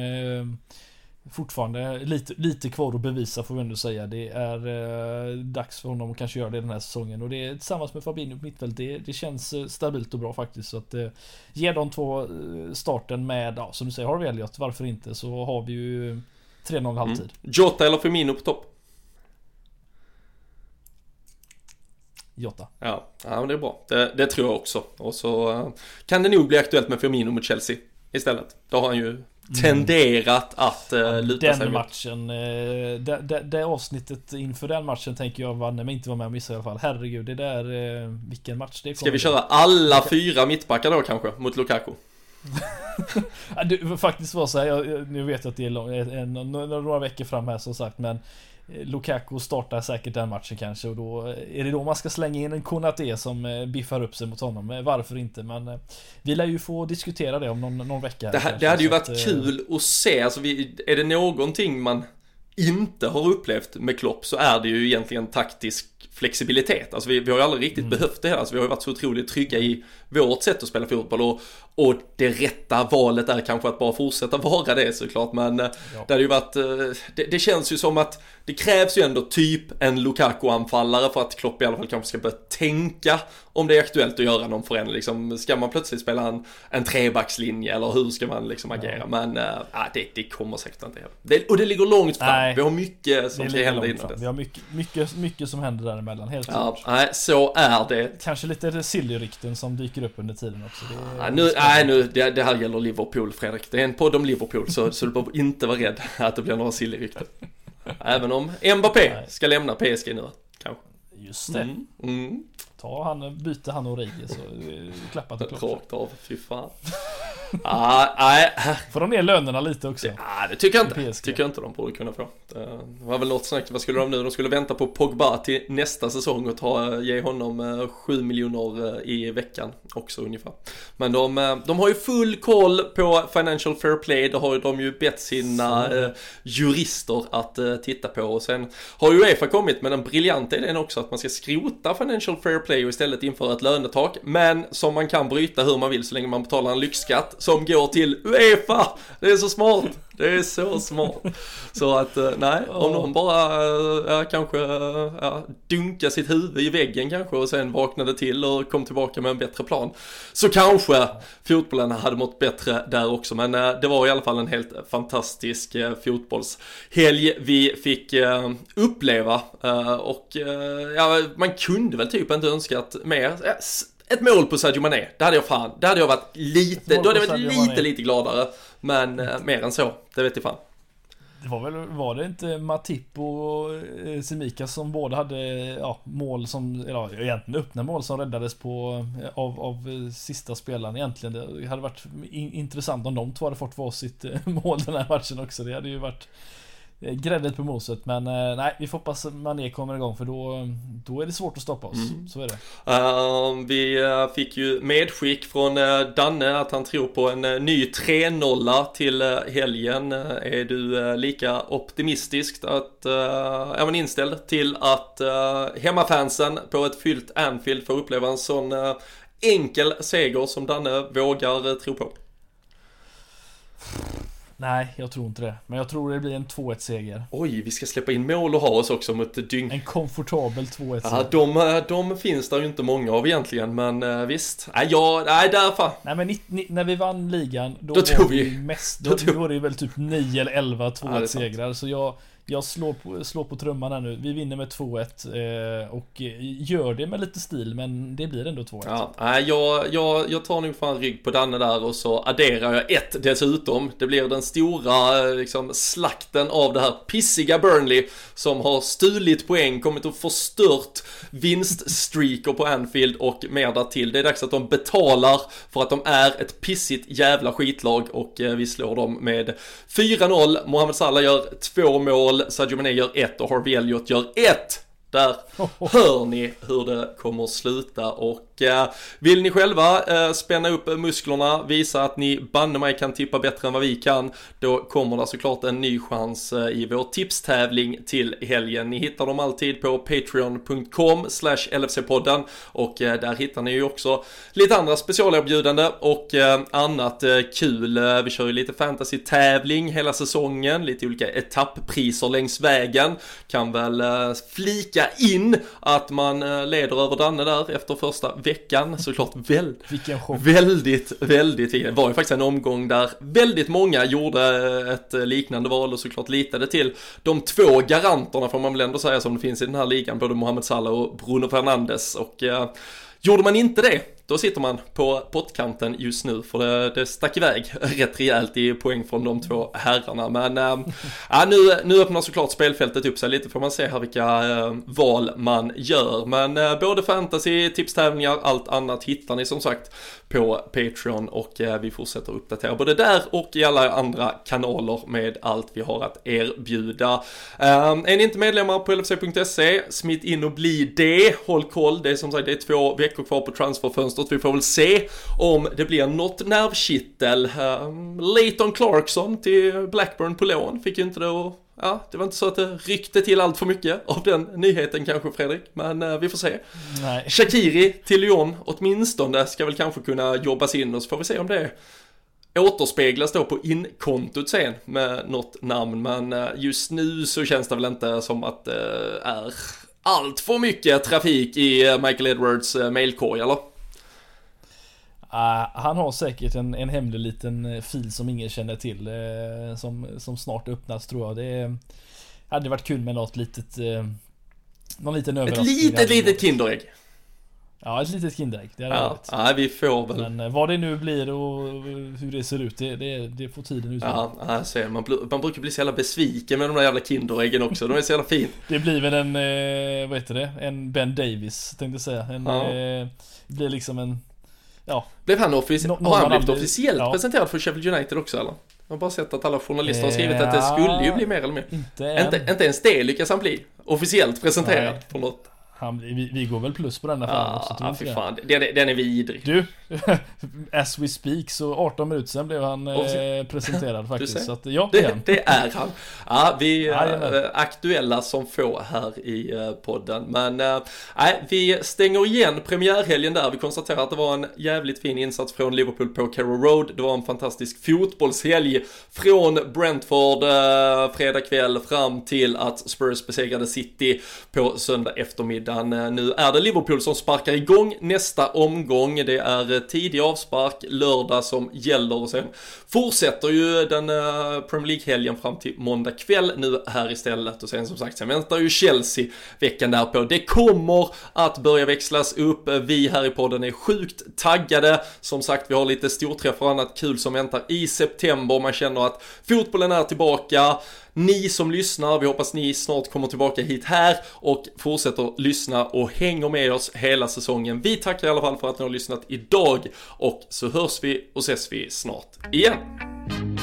fortfarande lite kvar att bevisa, får vi ändå säga. Det är dags för honom att kanske göra det den här säsongen, och det är tillsammans med Fabinho på mittfält, det känns stabilt och bra faktiskt. Så att ge de 2 starten med, som du säger, Harvey Elliott, varför inte, så har vi ju 3-0 halvtid. Jota eller Firmino på topp? Jota. Ja, men det är bra. Det tror jag också. Och så kan det nog bli aktuellt med Firmino mot Chelsea istället. Då har han ju tenderat att luta sig den matchen, det avsnittet inför den matchen tänker jag men inte vara med och missa i alla fall. Herregud, det där, vilken match det kommer. Ska vi köra alla 4 mittbackar då kanske mot Lukaku? Det faktiskt var så här, nu vet jag att det är några veckor fram här som sagt, men Lukaku startar säkert den matchen kanske, och då är det då man ska slänga in en Konaté som biffar upp sig mot honom. Varför inte? Men vi lär ju få diskutera det om någon vecka. Det hade ju varit kul att se. Alltså är det någonting man inte har upplevt med Klopp, så är det ju egentligen taktisk flexibilitet. Alltså vi har ju aldrig riktigt behövt det här. Alltså vi har ju varit så otroligt trygga i vårt sätt att spela fotboll, och det rätta valet är kanske att bara fortsätta vara det, såklart. Men det hade ju varit, det känns ju som att det krävs ju ändå typ en Lukaku-anfallare för att Klopp i alla fall kanske ska börja tänka om det är aktuellt att göra någon förändring. Liksom, ska man plötsligt spela en trebackslinje, eller hur ska man liksom agera? Men det kommer säkert inte heller. Och det ligger långt fram. Nej, vi har mycket som ska hända innan dess. Vi har mycket som händer däremellan, helt klart. Nej, så är det. Kanske lite Silly-rykten som dyker upp under tiden också. Det här gäller Liverpool, Fredrik. Det är en podd om Liverpool, så du behöver inte vara rädd att det blir några Silly-rykten. Även om Mbappé ska lämna PSG nu, kanske. Just det. Byter han och Origi, så klappat och klart. Rakt av, fy fan. Nej. Får de ner lönerna lite också? Det tycker jag inte. Tycker jag inte de borde kunna få. Det var väl något snack. Vad skulle de nu? De skulle vänta på Pogba till nästa säsong och ge honom 7 miljoner i veckan också ungefär. Men de har ju full koll på Financial Fair Play. Det har de ju bett sina jurister att titta på. Och sen har ju UEFA kommit med en briljant idé också att man ska skrota Financial Fair Play och istället införa ett lönetak. Men som man kan bryta hur man vill så länge man betalar en lyxskatt som går till UEFA. Det är så smart. Det är så smart. Så att om någon bara kanske dunkar sitt huvud i väggen kanske och sen vaknade till och kom tillbaka med en bättre plan, så kanske fotbollen hade mått bättre där också. Men det var i alla fall en helt fantastisk fotbollshelg vi fick uppleva och man kunde väl typ inte önskat mer. Ett mål på Sadio Mané, det hade jag varit lite gladare, men mer än så, det vet jag fan. Var det inte Matip och Tsimikas som båda hade mål som, egentligen öppna mål som räddades av sista spelaren egentligen. Det hade varit intressant om de två hade fått varsitt mål den här matchen också. Det hade ju varit gräddet på moset, men nej, vi får hoppas Mané kommer igång, för då är det svårt att stoppa oss. Så är det. Vi fick ju medskick från Danne att han tror på en ny 3-0 till helgen. Är du lika optimistisk att inställd till att hemmafansen på ett fyllt Anfield får uppleva en sån enkel seger som Danne vågar tro på? Nej, jag tror inte det. Men jag tror det blir en 2-1-seger. Oj, vi ska släppa in mål och ha oss också mot ett dygn. En komfortabel 2-1-seger. Ja, de finns där ju inte många av egentligen, men visst. Nej, därför. Nej, men när vi vann ligan, då var det väl typ 9 eller 11 2-1-segrar. Så jag slår på trumman här nu. Vi vinner med 2-1 och gör det med lite stil, men det blir ändå 2-1. Jag tar nog fan rygg på Danne där och så adderar jag 1 dessutom. Det blir den stora slakten av det här pissiga Burnley som har stulit poäng, kommit och förstört vinststreaker på Anfield och mer därtill. Det är dags att de betalar för att de är ett pissigt jävla skitlag och vi slår dem med 4-0. Mohamed Salah gör 2 mål. Sadio Mané gör 1 och Harvey Elliott gör 1. Där hör ni hur det kommer att sluta. Och vill ni själva spänna upp musklerna, visa att ni banne mig kan tippa bättre än vad vi kan, då kommer det såklart en ny chans i vår tipstävling till helgen. Ni hittar dem alltid på patreon.com/LFC-podden och där hittar ni ju också lite andra specialerbjudande och annat kul. Vi kör ju lite fantasy-tävling hela säsongen, lite olika etapppriser längs vägen. Kan väl flika in att man leder över Danne där efter första veckan, såklart väldigt det var ju faktiskt en omgång där väldigt många gjorde ett liknande val och såklart litade till de 2 garanterna, får man väl ändå säga, som det finns i den här ligan, både Mohamed Salah och Bruno Fernandes, och gjorde man inte det, då sitter man på pottkanten just nu, för det stack iväg rätt rejält i poäng från de 2 herrarna. Men nu öppnar såklart spelfältet upp sig lite, får man se här vilka val man gör. Men både fantasy, tipstävlingar, allt annat hittar ni som sagt på Patreon och vi fortsätter uppdatera både där och i alla andra kanaler med allt vi har att erbjuda. Är ni inte medlemmar på lfc.se, smitt in och bli det. Håll koll, det är som sagt det är 2 veckor kvar på transferfönstret. Vi får väl se om det blir något nervkittel. Leighton Clarkson till Blackburn på lån fick ju inte det, och det var inte så att det ryckte till allt för mycket av den nyheten kanske, Fredrik, men vi får se. Nej. Shaqiri till Lyon åtminstone ska väl kanske kunna jobbas in, och så får vi se om det återspeglas då på inkontot sen med något namn, men just nu så känns det väl inte som att det är allt för mycket trafik i Michael Edwards mailkorg, eller? Han har säkert en hemlig liten fil som ingen känner till, som snart öppnas, tror jag. Det hade varit kul med något litet, någon liten överraskning. Ett litet kinderägg. Ja, ett litet kinderägg. Det hade varit. Ja, vi får väl. Men vad det nu blir och hur det ser ut, det får tiden ut. Ja, man brukar bli så jävla besviken med de där jävla kinderäggen också. De är så jävla fint. Det blir väl en Ben Davis, tänkte jag säga. Det blir liksom Ja. Blev han har han blivit officiellt presenterad för Sheffield United också eller? Jag har bara sett att alla journalister har skrivit att det skulle ju bli mer eller mer. Inte ens det lyckas han bli officiellt presenterad på något. Vi går väl plus på den affären också. Fy fan. Den är vidrig. Du, as we speak, så 18 minuter sen blev han presenterad faktiskt. Så att, det är han. Ja, vi är aktuella som få här i podden. Men vi stänger igen premiärhelgen där. Vi konstaterar att det var en jävligt fin insats från Liverpool på Carrow Road. Det var en fantastisk fotbollshelg från Brentford fredag kväll fram till att Spurs besegrade City på söndag eftermiddag. Nu är det Liverpool som sparkar igång nästa omgång. Det är tidig avspark lördag som gäller och sen fortsätter ju den Premier League-helgen fram till måndag kväll nu här istället. Och sen som sagt, sen väntar ju Chelsea veckan därpå. Det kommer att börja växlas upp. Vi här i podden är sjukt taggade. Som sagt, vi har lite storträffar och annat kul som väntar i september. Man känner att fotbollen är tillbaka. Ni som lyssnar, vi hoppas ni snart kommer tillbaka hit här och fortsätter lyssna och hänger med oss hela säsongen. Vi tackar i alla fall för att ni har lyssnat idag och så hörs vi och ses vi snart igen.